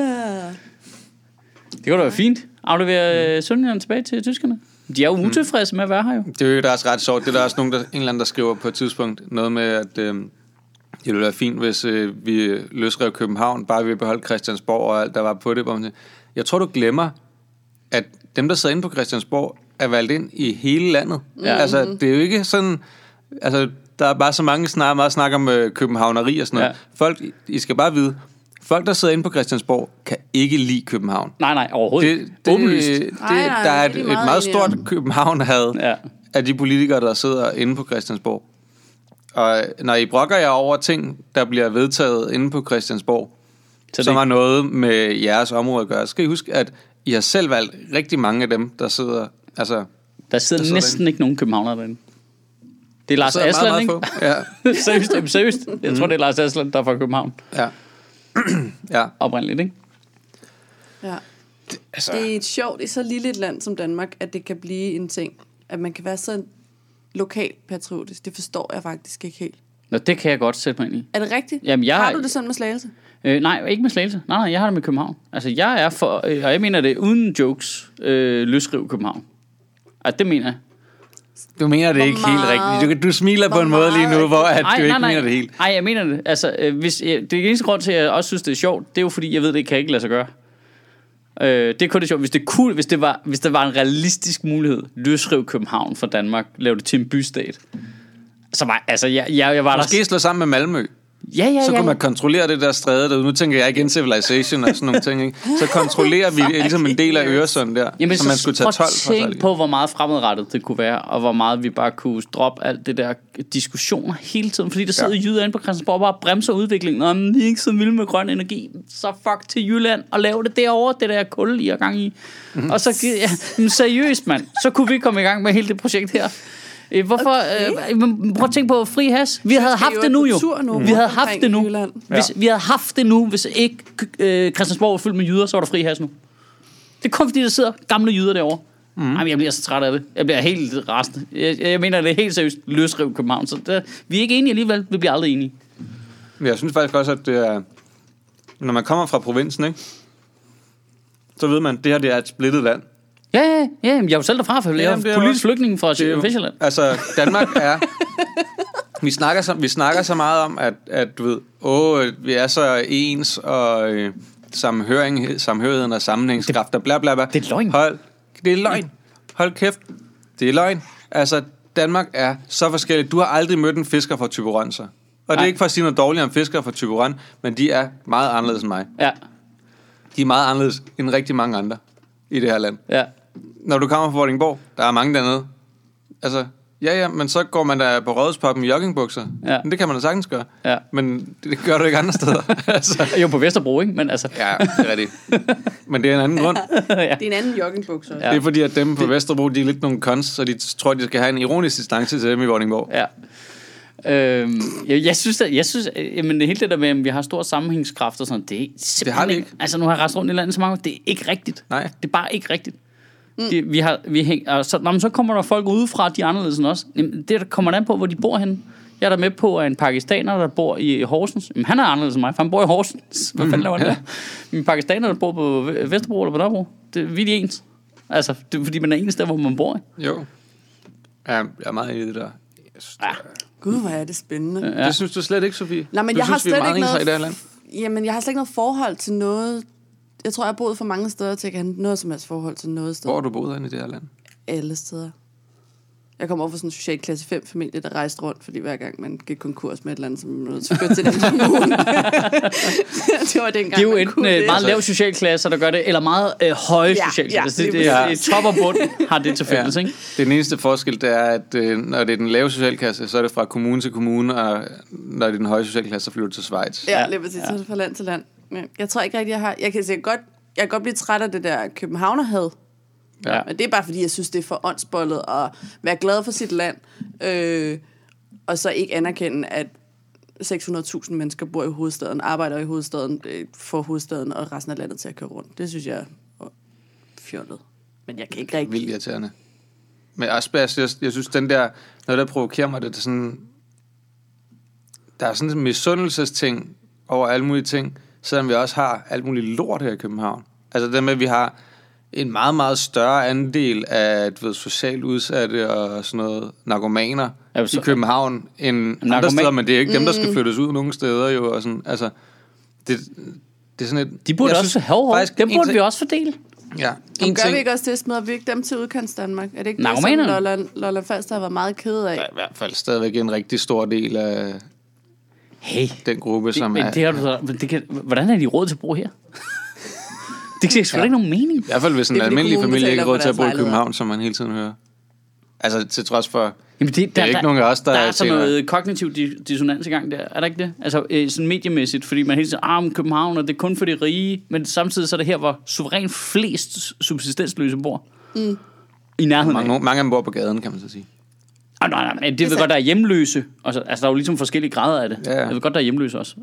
A: Det kunne da være fint. Aflevere Sønderjylland tilbage til tyskerne. De er jo utilfredse med at være her jo.
C: Det er jo da også ret sjovt. Det er der også en eller anden, der skriver på et tidspunkt noget med, at det ville være fint, hvis vi løsrev København, bare vi beholdt Christiansborg og alt, der var på det. Hvor man siger, Jeg tror, du glemmer, at dem, der sidder inde på Christiansborg, er valgt ind i hele landet. Ja. Altså, det er jo ikke sådan... Altså, der er bare så meget snak om københavneri og sådan noget. Ja. Folk, I skal bare vide, folk, der sidder inde på Christiansborg, kan ikke lide København.
A: Nej, overhovedet.
C: Der er et meget stort København-had af de politikere, der sidder inde på Christiansborg. Og når I brokker jer over ting, der bliver vedtaget inde på Christiansborg, som har noget med jeres område at gøre, skal I huske, at I har selv valgt rigtig mange af dem, der sidder... Altså,
A: der sidder næsten derinde. Ikke nogen københavner derinde. Det er Lars Aslan, ikke? Ja. Seriøst. Jeg tror, det er Lars Aslan, der er fra København.
C: Ja.
A: Oprindeligt, ikke?
B: Ja. Det er sjovt i så lille et land som Danmark, at det kan blive en ting, at man kan være så lokalt patriotisk. Det forstår jeg faktisk ikke helt.
A: Nå, det kan jeg godt sætte mig ind i.
B: Er det rigtigt?
A: Jamen,
B: har du det sådan med Slagelse?
A: Nej, ikke med Slagelse. Nej, jeg har det med København. Altså, jeg er for, og jeg mener det uden jokes, løsriv København. Altså, det mener jeg.
C: Du mener det ikke helt rigtigt. Du smiler på en måde lige nu, hvor at du ikke mener det helt.
A: Nej, jeg mener det. Altså, hvis, det er eneste grund til, at jeg også synes, det er sjovt, det er jo fordi, jeg ved, det kan ikke lade sig gøre. Det er kun det sjovt. Hvis det er cool, hvis der var en realistisk mulighed, løsriv København fra Danmark, lave det til en bystat. Så var, altså, jeg var
C: måske slå sammen med Malmø.
A: Ja.
C: Så kunne man kontrollere det der stræde derude. Nu tænker jeg igen Civilization og sådan nogle ting, ikke? Så kontrollerer vi ligesom en del af Øresund der.
A: Jamen,
C: så man skulle tage 12 fra.
A: Tænk på, hvor meget fremadrettet det kunne være, og hvor meget vi bare kunne droppe alt det der diskussioner hele tiden. Fordi der sidder jyder inde på Christiansborg og bare bremser udviklingen. Og vi er ikke så vilde med grøn energi. Så fuck til Jylland og lave det derovre, det der kul I er gang i. Og så, seriøst mand, så kunne vi komme i gang med hele det projekt her. Hvorfor? Okay. Prøv at tænke på fri has. Vi havde haft det nu jo. Vi havde haft det nu. Vi havde haft det nu, hvis ikke Christiansborg var fyldt med jyder, så var der fri has nu. Det kom fordi der sidder gamle jyder derovre. Ej, jeg bliver så træt af det. Jeg bliver helt rasende. Jeg mener det er helt seriøst løsriv København. Så vi er ikke enige alligevel. Vi bliver aldrig enige.
C: Jeg synes faktisk også, at det er, når man kommer fra provinsen, ikke, så ved man, at det her det er et splittet land.
A: Ja, jeg er jo selv derfra, for jeg er politisk flygtning fra Fischerland.
C: Altså, Danmark er... Vi snakker så meget om, at du ved, vi er så ens, og samhørigheden og sammenhængskraft, og bla bla bla.
A: Det er løgn.
C: Det er løgn. Hold kæft. Det er løgn. Altså, Danmark er så forskelligt. Du har aldrig mødt en fisker fra Thyborøn, så. Og det er ikke for at sige noget dårligt om fiskere fra Thyborøn, men de er meget anderledes end mig.
A: Ja.
C: De er meget anderledes end rigtig mange andre i det her land.
A: Ja.
C: Når du kommer fra Vordingborg, der er mange dernede. Altså, men så går man da på Rådhuspop i joggingbukser. Ja. Men det kan man da sagtens gøre. Ja. Men det gør du ikke andre steder. Altså.
A: Jo, på Vesterbro, ikke? Men altså.
C: Ja, det er rigtigt. Men det er en anden grund.
B: Ja. Det er en anden joggingbukser.
C: Ja. Det er fordi, at dem på Vesterbro, de er lidt nogle cons, så de tror, de skal have en ironisk distance til dem i Vordingborg.
A: Ja. Jeg synes, jamen det hele det der med, at vi har stor sammenhængskraft og sådan, det er simpelthen
C: det har vi ikke.
A: Altså nu har jeg rejst rundt i landet så mange, det er ikke rigtigt.
C: Nej.
A: Det er bare ikke rigtigt. Så kommer der folk udefra, de er anderledes end os. Det der kommer an på, hvor de bor henne. Jeg er der med på, at en pakistaner, der bor i Horsens, han er anderledes end mig, for han bor i Horsens. Hvad fanden laver han der? En pakistaner, der bor på Vesterbro eller på Nørrebro, vi er de ens. Altså, det er fordi, man er ens der, hvor man bor.
C: Jo. Ja, jeg er meget enig i det der.
B: Gud, hvor er det spændende.
C: Ja. Det synes du slet ikke, Sofie?
B: Nej, men jeg har slet ikke noget... Jamen, jeg har slet ikke noget forhold til noget... Jeg tror, jeg har boet for mange steder til at have noget som helst forhold til noget sted.
C: Hvor har du boet henne i det her land?
B: Alle steder. Jeg kom over fra sådan en social klasse 5 familie, der rejste rundt, fordi hver gang man gik konkurs med et eller andet, som man nødt til at flytte til den kommune. Det var dengang,
A: det er jo enten meget lav socialklasse, der gør det, eller meget høje socialklasse. Det er top og bund har det til fælles, ikke?
C: Den eneste forskel, det er, at når det er den lave socialklasse, så er det fra kommune til kommune, og når det er den høje socialklasse, så flytter du til Schweiz.
B: Ja, lige præcis. Så er det fra land til land. Jeg tror ikke rigtig, jeg har... Jeg kan godt blive træt af det der københavnerhad. Ja. Men det er bare fordi, jeg synes, det er for åndsbollet at være glad for sit land, og så ikke anerkende, at 600.000 mennesker bor i hovedstaden, arbejder i hovedstaden, får hovedstaden og resten af landet til at køre rundt. Det synes jeg er fjollet. Men jeg kan ikke rigtig...
C: Vildt irriterende. Men Asbærs, jeg synes, den der... Noget, der provokerer mig, det er sådan... Der er sådan en misundelsesting over alle mulige ting, selvom vi også har alt muligt lort her i København. Altså det med, at vi har en meget, meget større andel af socialt udsatte og sådan noget narkomaner i København end andre steder, men det er ikke dem, der skal flyttes ud nogle steder jo. Og sådan, altså, det Det er sådan et...
A: De burde også dem burde vi også fordele.
B: Ja. Gør vi ikke også det, smider vi ikke dem til udkants Danmark? Er det ikke det, som Lolland Falster har været meget ked af?
C: Der er i hvert fald stadigvæk en rigtig stor del af den gruppe, som
A: hvordan er de råd til at bo her? Det giver sgu ikke nogen mening.
C: I hvert fald, hvis en almindelig familie ikke har råd til at bo i København, som man hele tiden hører. Altså, til trods for...
A: Jamen
C: det er ikke nogen af os, der
A: er sådan noget kognitiv dissonans i gang der. Er der ikke det? Altså, sådan mediemæssigt, fordi man hele tiden om København, og det er kun for de rige, men samtidig så er det her, hvor suverænt flest subsistensløse bor. I nærheden
C: mange af dem bor på gaden, kan man så sige.
A: Nej, det ved godt, der er hjemløse. Altså, der er jo ligesom forskellige grader af det. Ja. Jeg ved godt, der er hjemløse også.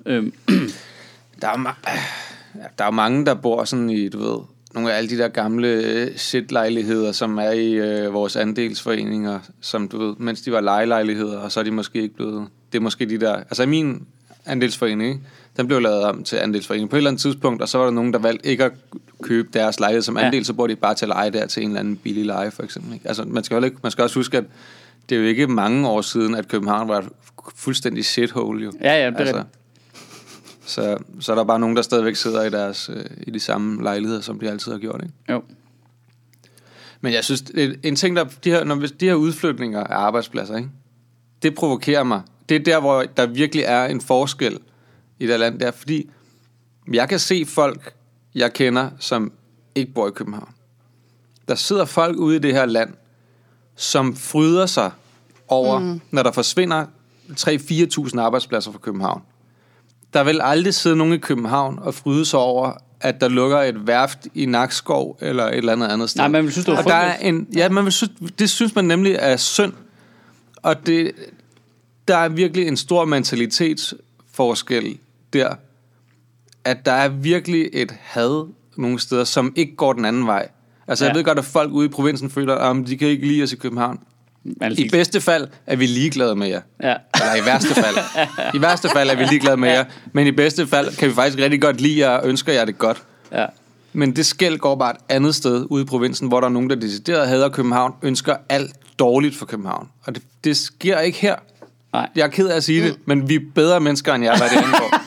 C: Der er jo mange, der bor sådan i, du ved, nogle af alle de der gamle shitlejligheder, som er i vores andelsforeninger, som du ved, mens de var lejelejligheder, og så er de måske ikke blevet... Det er måske de der... Altså i min andelsforening, ikke? Den blev lavet om til andelsforening på et eller andet tidspunkt, og så var der nogen, der valgte ikke at købe deres lejlighed som andel, så bor de bare til at leje der til en eller anden billig leje, for eksempel. Ikke? Altså man skal også huske, at det er jo ikke mange år siden, at København var et fuldstændig shithole, jo.
A: Ja, det er
C: altså, så er der bare nogen, der stadigvæk sidder i de samme lejligheder, som de altid har gjort, ikke?
A: Jo.
C: Men jeg synes, en ting, når de her udflytninger af arbejdspladser, ikke? Det provokerer mig. Det er der, hvor der virkelig er en forskel i det land der, fordi jeg kan se folk, jeg kender, som ikke bor i København. Der sidder folk ude i det her land, som fryder sig over, når der forsvinder 3-4.000 arbejdspladser fra København. Der vil aldrig sidde nogen i København og fryde sig over, at der lukker et værft i Nakskov eller et eller andet sted.
A: Nej, man vil synes, det var
C: frygteligt. Det synes man nemlig er synd. Og der er virkelig en stor mentalitetsforskel der. At der er virkelig et had nogle steder, som ikke går den anden vej. Altså jeg ved godt, at folk ude i provinsen føler, at de kan ikke lide os i København. I bedste fald er vi ligeglade med jer.
A: Ja.
C: Eller i værste fald. I værste fald er vi ligeglade med jer. Men i bedste fald kan vi faktisk rigtig godt lide jer og ønsker jer det godt.
A: Ja.
C: Men det skæld går bare et andet sted ude i provinsen, hvor der er nogen, der decideret hader København, ønsker alt dårligt for København. Og det sker ikke her.
A: Nej.
C: Jeg er ked af at sige det, men vi er bedre mennesker end jer, hvad det angår.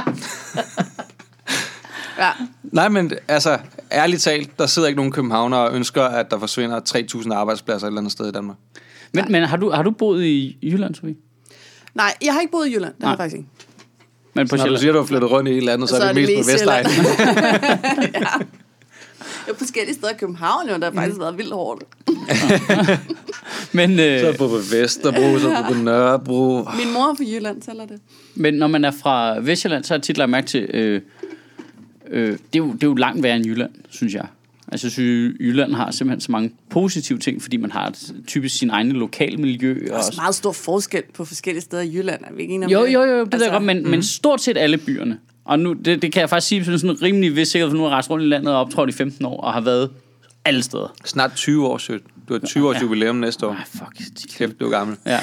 B: Ja.
C: Nej, men altså, ærligt talt, der sidder ikke nogen københavnere og ønsker, at der forsvinder 3.000 arbejdspladser et eller andet sted i Danmark.
A: Men har du boet i Jylland, Sofie?
B: Nej, jeg har ikke boet i Jylland. Det har jeg faktisk ikke.
A: Men på
C: når du siger, du har flyttet rundt i et eller andet, så er det mest på Vestegnen.
B: Ja. Jeg er forskellige steder i København, og der har faktisk været vildt hårdt.
A: Men,
C: så er du på Vesterbro, så er du på Nørrebro.
B: Min mor er fra Jylland, tæller det.
A: Men når man er fra Vestjylland, så har jeg tit lagt mærke til, det er jo langt værre end Jylland, synes jeg. Altså, jeg synes, Jylland har simpelthen så mange positive ting, fordi man har typisk sin egen lokalmiljø.
B: Der er også meget stor forskel på forskellige steder i Jylland. Er vi ikke enige om
A: det? Jo, det er godt, men stort set alle byerne. Og nu, det kan jeg faktisk sige sådan rimelig vis sikkert, for nu har jeg rejst rundt i landet og optrådt i 15 år, og har været alle steder.
C: Snart 20 år, sødt. Du har 20 års jubilæum næste år. Kæft, du er gammel.
A: Ja.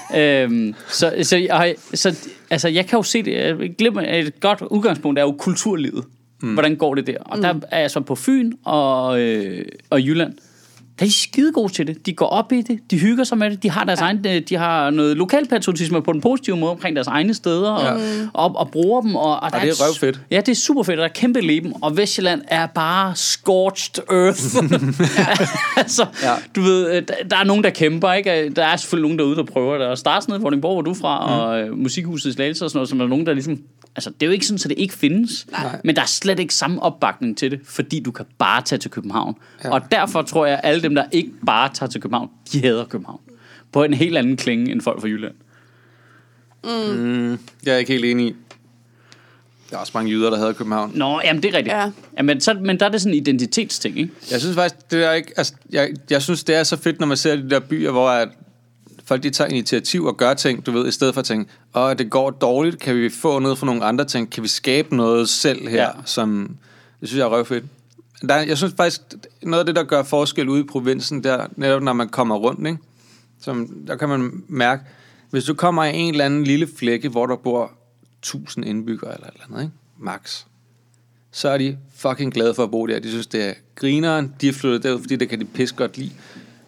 A: Så jeg kan jo se det. Jeg glemmer, et godt udgangspunkt er jo kulturlivet. Hvordan går det der? Og der er jeg så på Fyn og Jylland. Der er de skide gode til det. De går op i det. De hygger sig med det. De har deres egen, de har noget lokalpatriotisme på den positive måde omkring deres egne steder og bruger dem. Og
C: det er røvfedt.
A: Ja, det er super fedt. Der er kæmpe leben. Og Vestjylland er bare scorched earth. Altså, du ved, der er nogen, der kæmper, ikke? Der er selvfølgelig nogen derude, der prøver det. Og Starsned, Vordingborg, hvor du er fra, og Musikhuset i Slagelse og sådan noget, som er nogen, der ligesom... Altså, det er jo ikke sådan, at det ikke findes. Nej. Men der er slet ikke samme opbakning til det, fordi du kan bare tage til København. Ja. Og derfor tror jeg, at alle dem, der ikke bare tager til København, de hader København. På en helt anden klinge end folk fra Jylland.
C: Jeg er ikke helt enig i. Der er også mange jyder, der hader København.
A: Nå, jamen det er rigtigt. Ja. Men der er det sådan en identitetsting, ikke?
C: Jeg synes faktisk, det er ikke... Altså, jeg synes, det er så fedt, når man ser de der byer, hvor at folk de tager initiativ og gør ting, du ved, i stedet for at tænke, det går dårligt, kan vi få noget fra nogle andre ting, kan vi skabe noget selv her, som, det synes jeg er røvfedt. Jeg synes faktisk, noget af det, der gør forskel ude i provinsen, der netop når man kommer rundt, ikke? Der kan man mærke, hvis du kommer i en eller anden lille flække, hvor der bor 1000 indbyggere eller andet, ikke? Max, så er de fucking glade for at bo der. De synes, det er grineren, de er flyttet derud, fordi det kan de pisse godt lide.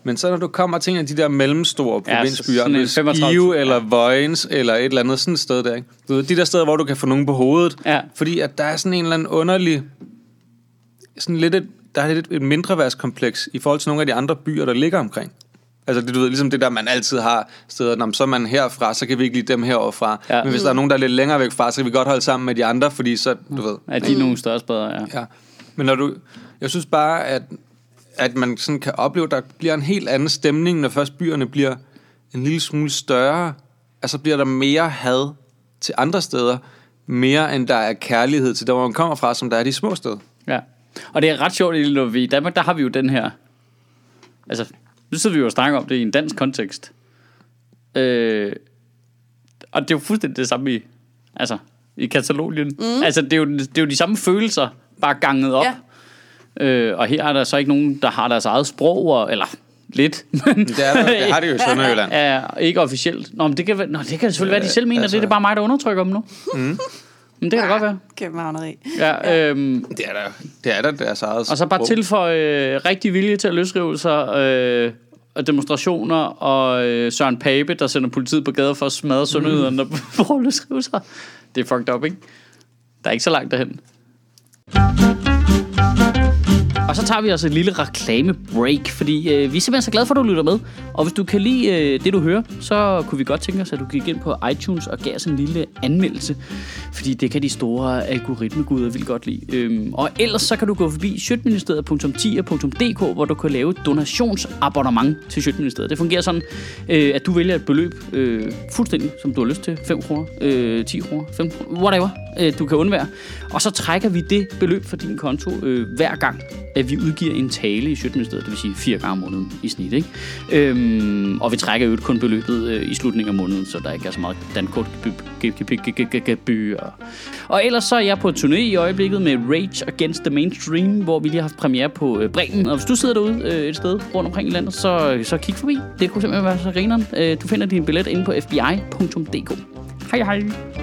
C: Men så når du kommer til en af de der mellemstore provinsbyer,
A: Skive
C: eller Vojens, eller et eller andet sådan et sted der, ikke? Du ved, de der steder, hvor du kan få nogen på hovedet, fordi at der er sådan en eller anden underlig, sådan lidt der er lidt et mindreværdskompleks i forhold til nogle af de andre byer, der ligger omkring. Altså det, du ved, ligesom det der, man altid har steder, så er man herfra, så kan vi ikke lide dem herovre fra. Men hvis der er nogen, der er lidt længere væk fra, så kan vi godt holde sammen med de andre, fordi så, du ved.
A: Ja, de er nogle større spæder,
C: ja. Men jeg synes bare, at man sådan kan opleve, at der bliver en helt anden stemning, når først byerne bliver en lille smule større. Altså bliver der mere had til andre steder, mere end der er kærlighed til der, hvor man kommer fra, som der er de små steder.
A: Ja, og det er ret sjovt, når vi i Danmark, der har vi jo den her, altså, nu sidder vi jo og snakker om det i en dansk kontekst. Og det er jo fuldstændig det samme i Katalonien. Altså, det er jo de samme følelser, bare ganget op. Ja. Og her er der så ikke nogen, der har deres eget sprog, eller lidt. Men
C: det har det jo i Sønderjylland.
A: Ja, ikke officielt. Men det kan selvfølgelig være, de selv mener, det er bare mig, der undertrykker dem nu. Men det kan da godt være.
B: Københavneri.
C: Ja, det er der deres eget.
A: Og så bare tilføje rigtig vilje til at løsrive sig, og demonstrationer, og Søren Pape, der sender politiet på gader for at smadre sønderjyderne, der prøver at løsrive sig. Det er fucked up, ikke? Der er ikke så langt derhen. Og så tager vi også et lille reklame-break, fordi vi er simpelthen så glade for, at du lytter med. Og hvis du kan lide det, du hører, så kunne vi godt tænke os, at du gik ind på iTunes og gav os en lille anmeldelse. Fordi det kan de store algoritmeguder vildt godt lide. Og ellers så kan du gå forbi sjøtministeriet.10.dk, hvor du kan lave et donationsabonnement til Sjøtministeriet. Det fungerer sådan, at du vælger et beløb fuldstændig, som du har lyst til. 5 kroner, 10 kroner, 15 kroner, whatever, du kan undvære. Og så trækker vi det beløb fra din konto hver gang, at vi udgiver en tale i Sjøtministeriet, det vil sige 4 gange om måneden i snit, ikke? Og vi trækker jo kun beløbet i slutningen af måneden, så der ikke er så meget dankort. Og ellers så er jeg på turné i øjeblikket med Rage Against the Mainstream, hvor vi lige har haft premiere på Bremen. Og hvis du sidder derude et sted rundt omkring i landet, så kig forbi. Det kunne simpelthen være så grineren. Du finder din billet inde på fbi.dk. Hej.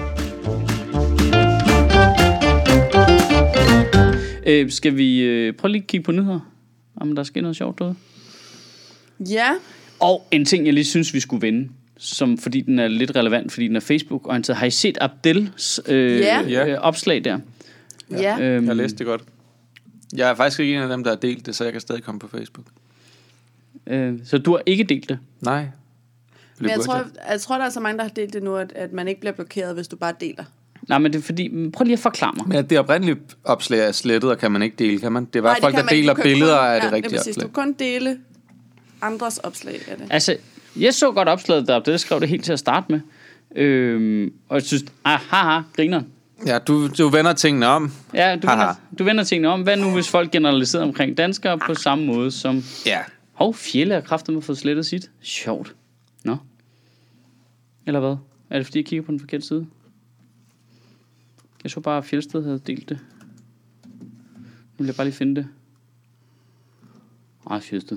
A: Skal vi prøve lige at kigge på nyheder, om der sker noget sjovt derude?
B: Ja.
A: Og en ting, jeg lige synes, vi skulle vende, fordi den er lidt relevant, fordi den er Facebook-orienteret. Har I set Abdels opslag der?
B: Ja.
C: Jeg læste det godt. Jeg er faktisk ikke en af dem, der har delt det, så jeg kan stadig komme på Facebook.
A: Så du har ikke delt det?
C: Nej.
B: Men jeg tror, der er så mange, der har delt det nu, at man ikke bliver blokeret, hvis du bare deler.
A: Nej, men det er fordi... Prøv lige at forklare mig.
C: Men det oprindelige opslag er slettet, og kan man ikke dele, kan man? Det er bare folk, der deler billeder af det rigtige opslag.
B: Du kan kun dele andres opslag af det.
A: Altså, jeg så godt opslaget der, det skrev det helt til at starte med. Og jeg synes, griner.
C: Ja, du vender tingene om.
A: Ja, du vender tingene om. Hvad nu, hvis folk generaliserer omkring danskere på samme måde som...
C: Ja.
A: Fjelle er kraftigt med at få slettet sit. Sjovt. Nå. Eller hvad? Er det fordi, jeg kigger på den forkerte side? Jeg så bare, at Fjeldsted havde delt det. Nu vil jeg bare lige finde det. Fjeldsted.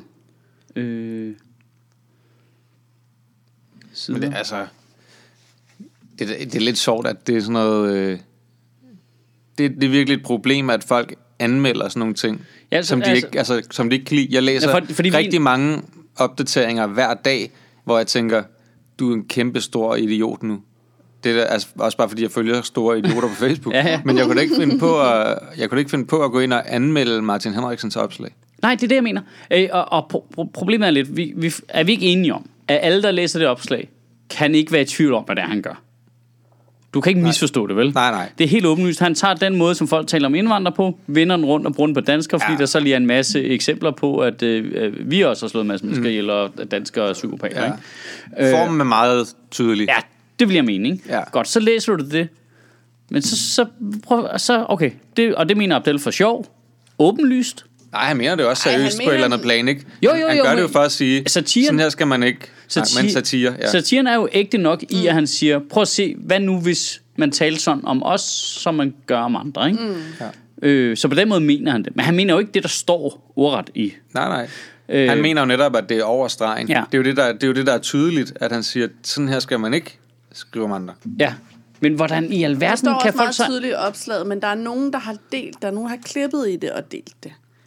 C: Men det, altså... Det er lidt sjovt, at det er sådan noget... Det er virkelig et problem, at folk anmelder sådan nogle ting, ja, som de ikke kan lide. Jeg læser rigtig mange opdateringer hver dag, hvor jeg tænker, du er en kæmpe stor idiot nu. Det er altså også bare fordi jeg følger store idioter på Facebook. Ja. Men jeg kunne ikke finde på at gå ind og anmelde Martin Henriksens opslag.
A: Nej, det er det jeg mener. Og problemet er lidt, er vi ikke enige om, at alle der læser det opslag kan ikke være i tvivl om, hvad det er han gør. Du kan ikke misforstå det, vel?
C: Nej.
A: Det er helt åbenlyst. Han tager den måde, som folk taler om indvandrere på, vender den rundt og bruger den på danskere, fordi der så lige er en masse eksempler på, at vi også har slået en masse mennesker ihjel, og danskere er psykopater.
C: Ja. Formen er meget tydelig.
A: Ja, det vil jeg mene, ikke? Ja. Godt, så læser du det. Men så okay. Det mener Abdel for sjov. Åbenlyst.
C: Nej, han mener det også seriøst på et eller andet plan, ikke?
A: Jo,
C: han gør det jo for at sige, sådan her skal man ikke... Men satire, ja.
A: Satiren er jo ægte nok i, at han siger, prøv at se, hvad nu hvis man taler sådan om os, som man gør om andre, ikke? Ja. Så på den måde mener han det. Men han mener jo ikke det, der står ordret i.
C: Nej. Han mener jo netop, at det er over stregen. Ja. Det er jo det, der er tydeligt, at han siger, sådan her skal man ikke skrive om andre.
A: Ja. Men hvordan i alverden kan folk så...
B: Der står også meget tydeligt opslaget, men der er nogen, der har delt, der er nogen, der har klippet i det og delt det.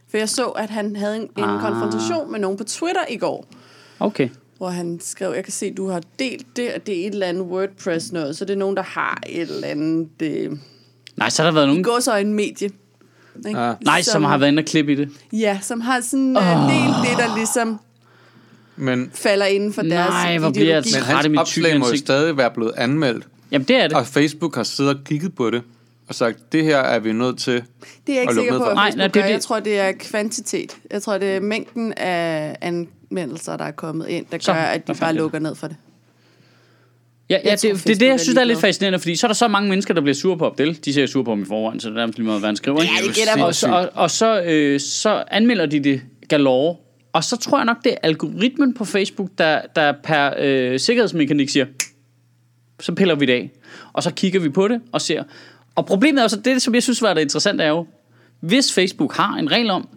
B: For jeg så, at han havde en konfrontation med nogen på Twitter i går.
A: Okay.
B: Hvor han skrev, jeg kan se, du har delt det, og det er et eller andet WordPress noget, så det er nogen, der har et eller andet...
A: Nej, så har der været nogen...
B: I går så en medie.
A: Nej, som har været inde og klippe i det.
B: Ja, som har sådan en del det, der ligesom falder inden for deres
C: ideologi.
A: Hvor bliver jeg
C: men hans opslag må jo stadig være blevet anmeldt.
A: Jamen, det er det.
C: Og Facebook har siddet og kigget på det, og sagt, det her er vi nødt til.
B: Det er jeg ikke sikker på, at Facebook
A: gør.
B: Jeg tror, det er kvantitet. Jeg tror, det er mængden af anmeldelser, der er kommet ind, der gør, at de bare lukker ned for det.
A: Ja, det er det, jeg synes, der er lidt fascinerende, fordi så er der så mange mennesker, der bliver sure på Abdel. De ser sure på ham i forvejen, så det er nærmest lige meget, hvad han skriver.
B: Ja, det gælder
A: så anmelder de det galore. Og så tror jeg nok, det er algoritmen på Facebook, der per sikkerhedsmekanik siger, så piller vi det af. Og så kigger vi på det og ser. Og problemet er jo så, det som jeg synes var det interessante er jo, hvis Facebook har en regel om,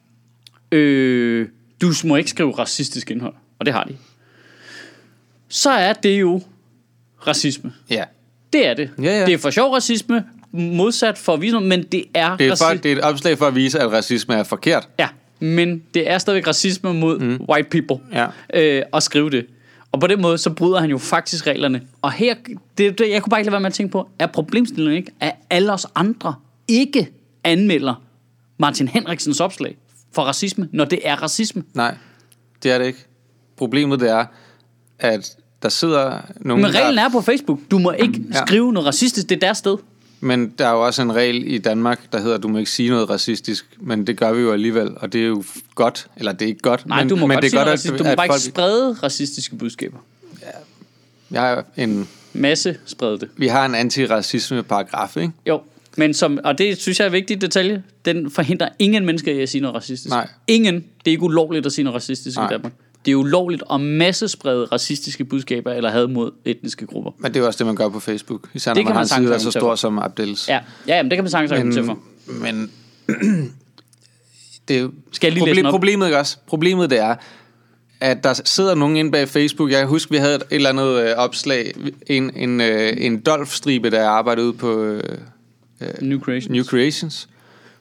A: du må ikke skrive racistisk indhold, og det har de, så er det jo racisme.
C: Ja.
A: Det er det.
C: Ja.
A: Det er for sjov racisme, modsat for at vise noget, men det er racisme.
C: Det er et opslag for at vise, at racisme er forkert.
A: Ja, men det er stadigvæk racisme mod white people at skrive det. Og på den måde, så bryder han jo faktisk reglerne. Og her, jeg kunne bare ikke lade være med at tænke på, er problemstillingen ikke, at alle os andre ikke anmelder Martin Henriksens opslag for racisme, når det er racisme?
C: Nej, det er det ikke. Problemet det er, at der sidder nogen...
A: Men reglen er på Facebook. Du må ikke skrive noget racistisk, det er deres sted.
C: Men der er jo også en regel i Danmark, der hedder, at du må ikke sige noget racistisk. Men det gør vi jo alligevel, og det er jo godt. Eller det er ikke godt.
A: Nej,
C: men,
A: du må
C: men
A: godt
C: det
A: sige
C: godt,
A: noget, du må bare ikke sprede racistiske budskaber.
C: Ja, jeg har en...
A: Masse sprede det.
C: Vi har en antiracisme-paragraf, ikke?
A: Jo, men og det synes jeg er en vigtig detalje, den forhindrer ingen mennesker i at sige noget racistisk.
C: Nej.
A: Ingen. Det er ikke ulovligt at sige noget racistisk i Danmark. Det er ulovligt at massesprede racistiske budskaber eller had mod etniske grupper.
C: Men det er også det, man gør på Facebook. Især når man har en side, der er så stor som Abdels.
A: Ja, men det kan man sagtens argumentere for.
C: Men det er jo...
A: Skal jeg lige
C: Problemet det er, at der sidder nogen inde bag Facebook. Jeg husker, vi havde et eller andet opslag. En Dolph-stribe, der arbejdede ude på New Creations.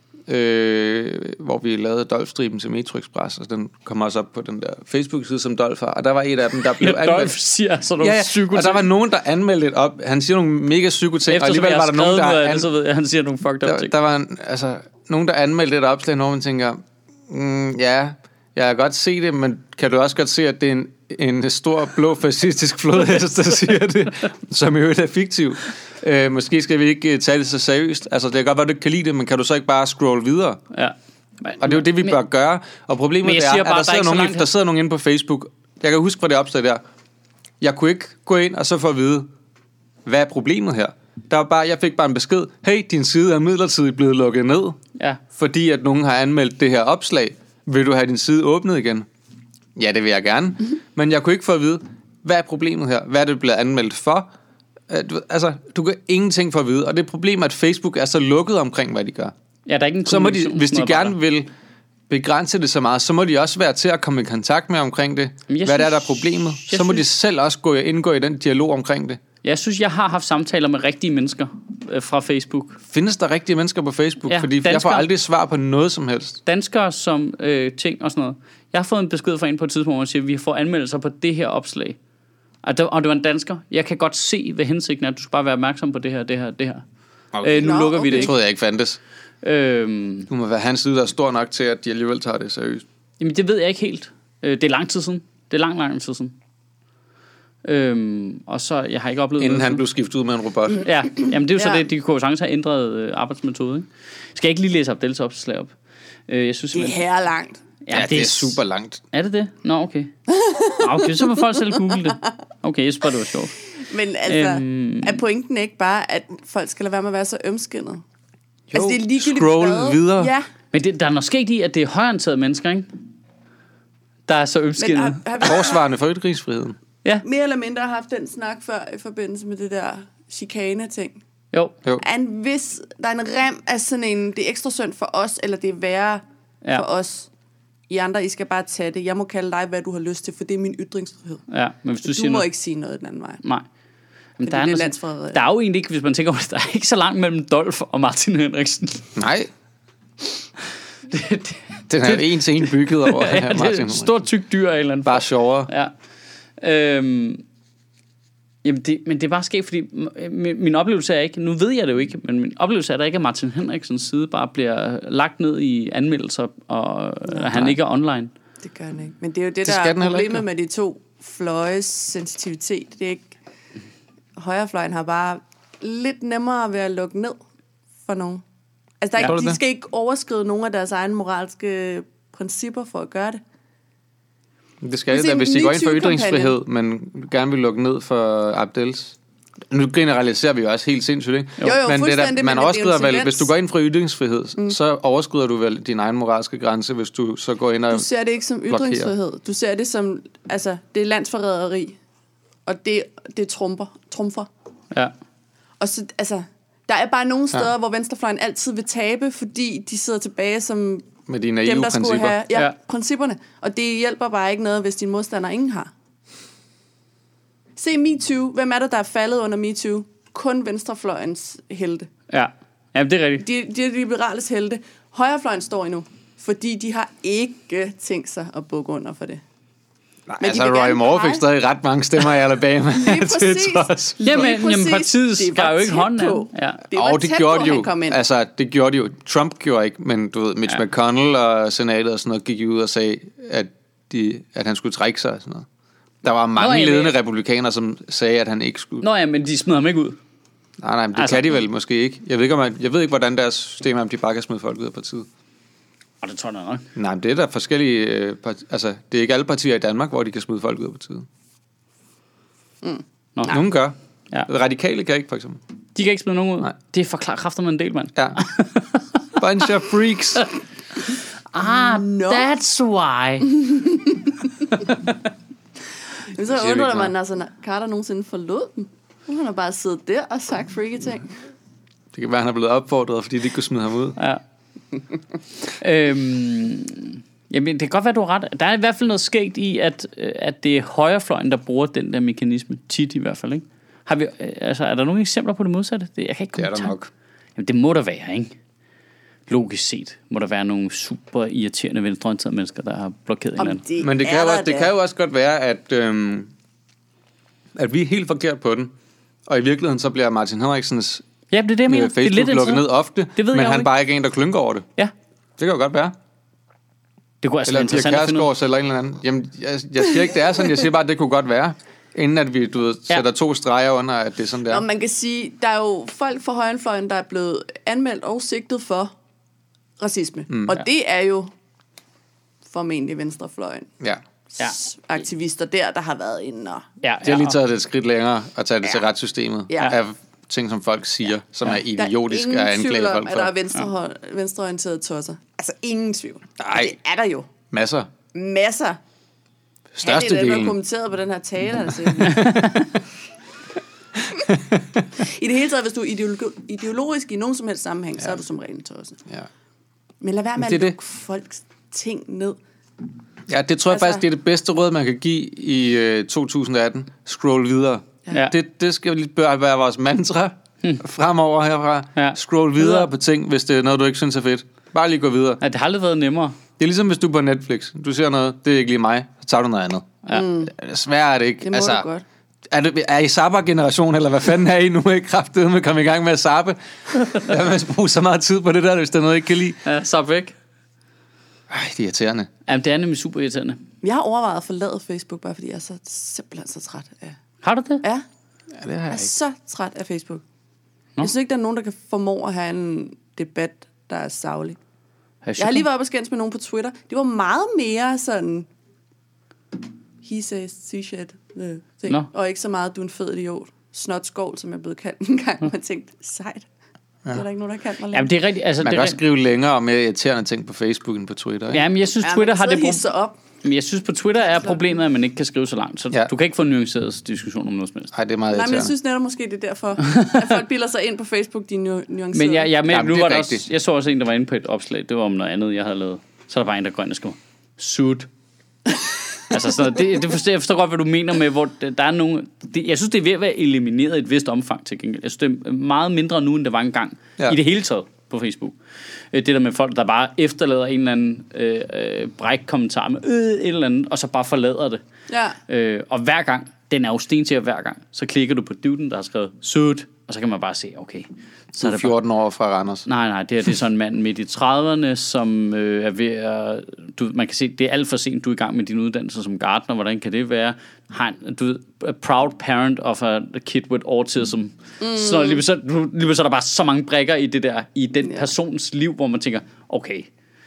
C: Hvor vi lavede Dolph-striben til Metro Express, og den kommer også op på den der Facebook-side, som Dolph har, og der var et af dem, der blev anmeldt.
A: Dolph siger sådan nogle psykoting.
C: Og der var nogen, der anmeldte det op. Han siger nogle mega psykoting, og alligevel var der nogen, der...
A: så ved jeg, han siger nogle fucked up ting.
C: Der var nogen, der anmeldte et opslag, når man tænker, jeg kan godt se det, men kan du også godt se, at det er en stor, blå, fascistisk flodhest, der siger det, som jo er fiktiv. Måske skal vi ikke tage det så seriøst. Altså, det kan godt være, du ikke kan lide det, men kan du så ikke bare scrolle videre?
A: Ja.
C: Og det er jo det, vi bør gøre. Og problemet er, at der sidder nogen inde på Facebook. Jeg kan huske fra det opslag der. Jeg kunne ikke gå ind og så få at vide, hvad er problemet her? Jeg fik bare en besked. Hey, din side er midlertidigt blevet lukket ned.
A: Ja.
C: Fordi at nogen har anmeldt det her opslag. Vil du have din side åbnet igen? Ja, det vil jeg gerne. Men jeg kunne ikke få at vide, hvad er problemet her? Hvad er det blevet anmeldt for? Altså, du kan ingenting for at vide. Og det er problemet, at Facebook er så lukket omkring, hvad de gør.
A: Ja, der er ikke en
C: så må de, hvis de gerne vil begrænse det så meget, så må de også være til at komme i kontakt med omkring det. Hvad der er problemet? Så må de selv også indgå i den dialog omkring det.
A: Jeg synes, jeg har haft samtaler med rigtige mennesker fra Facebook.
C: Findes der rigtige mennesker på Facebook? Ja, fordi danskere, jeg får aldrig svar på noget som helst.
A: Danskere som ting og sådan noget. Jeg har fået en besked fra en på et tidspunkt, hvor man siger, at vi får anmeldelser på det her opslag. Og det var en dansker. Jeg kan godt se, hvad hensigten er. Du skal bare være opmærksom på det her. Okay. Nu lukker vi det ikke.
C: Det troede jeg ikke fandtes. Du må være hans side, der er stor nok til, at de alligevel tager det seriøst.
A: Jamen, det ved jeg ikke helt. Det er lang tid siden. Det er lang tid siden. Og så, jeg har ikke oplevet
C: inden han blev skiftet ud med en robot.
A: Ja, jamen det er jo så det, de kunne jo sagtens have ændret arbejdsmetode, ikke? Skal jeg ikke lige læse Abdels opslag op? Jeg synes,
B: det er her langt.
C: Ja, det er super langt.
A: Er det det? Nå, okay. Okay, så må folk selv google det. Okay, jeg synes bare, det var sjovt.
B: Men altså, er pointen ikke bare, at folk skal lade være med at være så ømskindet?
C: Jo,
B: altså, det er ligegyldigt
C: scroll videre.
B: Ja.
A: Men der er nok sket i, at det er højorienterede mennesker, ikke? Der er så ømskindet.
C: Forsvarende for ytringsfriheden.
A: Ja.
B: Mere eller mindre har haft den snak før i forbindelse med det der chikane-ting.
A: Jo.
B: Der er en rem af sådan en, det er ekstra synd for os, eller det er værre for os. I andre, I skal bare tage det. Jeg må kalde dig, hvad du har lyst til, for det er min ytringsfrihed.
A: Ja, men hvis du siger
B: må
A: noget...
B: ikke sige noget den anden vej.
A: Nej. Men der
B: er
A: jo egentlig ikke, hvis man tænker over det, der er ikke så langt mellem Dolph og Martin Henriksen.
C: Nej. Den er en til en bygget over
A: ja,
C: her, Martin.
A: Det er et stort tyk dyr af en eller anden.
C: Bare sjovere.
A: Ja. Jamen men det er bare sket, fordi min oplevelse er ikke, nu ved jeg det jo ikke, men min oplevelse er, at der ikke er Martin Henriksens side bare bliver lagt ned i anmeldelser, og han ikke er online.
B: Det gør han ikke. Men det er jo det der er problemet med de to fløjes sensitivitet. Det er ikke... Højrefløjen har bare lidt nemmere ved at lukke ned for nogen. Altså, de skal ikke overskride nogen af deres egne moralske principper for at gøre det.
C: Det skal det, hvis de går ind for ytringsfrihed, men gerne vil lukke ned for Abdels. Nu generaliserer vi jo også helt sindssygt, ikke?
B: Jo,
C: men det der, man overskrider vel, hvis du går ind for ytringsfrihed, så overskrider du vel din egen moralske grænse, hvis du så går ind og
B: du ser det ikke som ytringsfrihed. Du ser det som, altså, det er landsforræderi, og det trumfer.
A: Ja.
B: Og så, altså, der er bare nogle steder, hvor venstrefløjen altid vil tabe, fordi de sidder tilbage som
C: med de naive
B: dem, der
C: principper.
B: Skulle have principperne. Og det hjælper bare ikke noget, hvis din modstander ingen har. Se MeToo. Hvem er det, der er faldet under MeToo? Kun venstrefløjens helte.
A: Ja, det er rigtigt.
B: De er de liberales helte. Højrefløjen står endnu, fordi de har ikke tænkt sig at bukke under for det.
C: Nej, altså Roy Moore fik stadig ret mange stemmer i Alabama.
B: Lige præcis.
A: Jamen partiet skal jo ikke hånden af.
B: Ja. Det gjorde de jo.
C: Altså, det gjorde de jo. Trump gjorde ikke, men du ved, Mitch McConnell og senatet og sådan noget gik ud og sagde, at han skulle trække sig og sådan noget. Der var mange ledende republikanere, som sagde, at han ikke skulle.
A: Nå ja, men de smider ham ikke ud.
C: Nej, men det kan de vel måske ikke. Jeg ved ikke, hvordan deres system er, om de bare kan smide folk ud af partiet.
A: Og det tror jeg nok.
C: Nej, men det er der forskellige... altså, det er ikke alle partier i Danmark, hvor de kan smide folk ud af partiet. Nogen gør. Ja. Radikale kan ikke, for eksempel.
A: De kan ikke smide nogen ud?
C: Nej.
A: Det forklarer kræfter med en del, mand.
C: Ja. Bunch of freaks.
A: That's why.
B: Så undrer man, altså, Carter nogensinde forlod dem. Nu har han bare siddet der og sagt freaky ting.
C: Det kan være, han er blevet opfordret, fordi de ikke kunne smide ham ud.
A: Ja. Jamen, det kan godt være, du har ret. Der er i hvert fald noget skægt i, at det er højrefløjen, der bruger den der mekanisme. Tit i hvert fald, ikke? Er der nogle eksempler på det modsatte? Jeg kan ikke
C: det er der nok.
A: Jamen, det må der være, ikke? Logisk set må der være nogle super irriterende venstreorienterede mennesker, der har blokeret hinanden.
C: Men det kan jo også godt være, at vi er helt forkert på den. Og i virkeligheden så bliver Martin Henriksens Facebook lukket ned ofte, men han bare ikke en, der klynker over det.
A: Ja.
C: Det kan jo godt være.
A: Det kunne også være interessant at finde ud.
C: Eller en eller anden. Jamen, jeg siger ikke, det er sådan. Jeg siger bare, at det kunne godt være. Inden at vi sætter 2 streger under, at det er sådan der.
B: Og man kan sige, der er jo folk fra højrefløjen, der er blevet anmeldt og sigtet for racisme. Og det er jo formentlig venstrefløjen.
C: Ja.
B: Aktivister der har været inde og...
C: Det har lige taget det et skridt længere at tage det til retssystemet. Af ting, som folk siger, som er idiotisk at anklage folk for.
B: Der er ingen tvivl om, at der er venstreorienterede tosser. Altså ingen tvivl.
C: Nej.
B: Det er der jo.
C: Masser.
B: Størstedelen. Han er kommenteret på den her tale, altså. I det hele taget, hvis du er ideologisk i nogen som helst sammenhæng, så er du som regel tosse. Ja. Men lad være med at lukke folks ting ned.
C: Ja, det tror jeg faktisk, det er det bedste råd, man kan give i 2018. Scroll videre. Ja. Det bør være vores mantra fremover herfra. Ja. Scroll videre på ting, hvis det er noget, du ikke synes er fedt. Bare lige gå videre.
A: Ja, det har aldrig været nemmere.
C: Det er ligesom, hvis du er på Netflix. Du ser noget, det er ikke lige mig. Så tager du noget andet. Ja. Svært er det ikke.
B: Det må du godt.
C: Er I Zapper-generation, eller hvad fanden er I nu? Ikke kraftedet med at komme i gang med at zappe? Jeg vil bruge så meget tid på det der, hvis der er noget, jeg ikke kan lide.
A: Ja, zap væk.
C: Det er irriterende.
A: Jamen, det er nemlig super irriterende.
B: Jeg har overvejet at forlade Facebook, bare fordi jeg er så simpelthen så træt af...
A: Har du det?
B: Ja.
C: Det har jeg
B: er så træt af Facebook. Jeg synes ikke, der er nogen, der kan formå at have en debat, der er saglig. Jeg har lige været op og skændes med nogen på Twitter. Det var meget mere sådan... He says, she said, ting. No. Og ikke så meget, du er en fed idiot. Snotskål, som jeg blev kaldt en gang. Man tænkte, sejt. Ja. Det er der ikke nogen, der kan mig længere.
A: Jamen, det er rigtigt. Altså,
C: man kan også skrive længere og mere irriterende ting på Facebook end på Twitter. Ikke?
A: Jamen, jeg synes, Twitter har det
B: op.
A: Men jeg synes, på Twitter er problemet, at man ikke kan skrive så langt. Så du kan ikke få en nuanceret diskussion om noget som helst.
C: Nej, det er meget irriterende.
B: Men jeg synes netop måske, det er derfor, at folk bilder sig ind på Facebook, de er nuancerede.
A: Men jeg så også en, der var inde på et opslag. Det var om noget andet, jeg havde lavet. Så er der bare en, der går ind og skriver, suit. Altså sådan noget, jeg forstår godt, hvad du mener med, hvor der er nogle... Jeg synes, det er ved at være elimineret i et vist omfang til gengæld. Jeg synes, det er meget mindre nu, end det var engang. Ja. I det hele taget. på Facebook. Det der med folk, der bare efterlader en eller anden bræk kommentar med et eller andet, og så bare forlader det.
B: Ja.
A: Og hver gang, den er jo stensikker hver gang, så klikker du på duden, der har skrevet sødt, og så kan man bare se, okay.
C: Så er det 14 år fra Randers.
A: Nej, det er sådan en mand midt i 30'erne, som er ved at... man kan se, det er alt for sent, du er i gang med din uddannelse som gartner. Hvordan kan det være? A proud parent of a kid with autism. Så lige så er der bare så mange brikker i det der, i den persons liv, hvor man tænker, okay,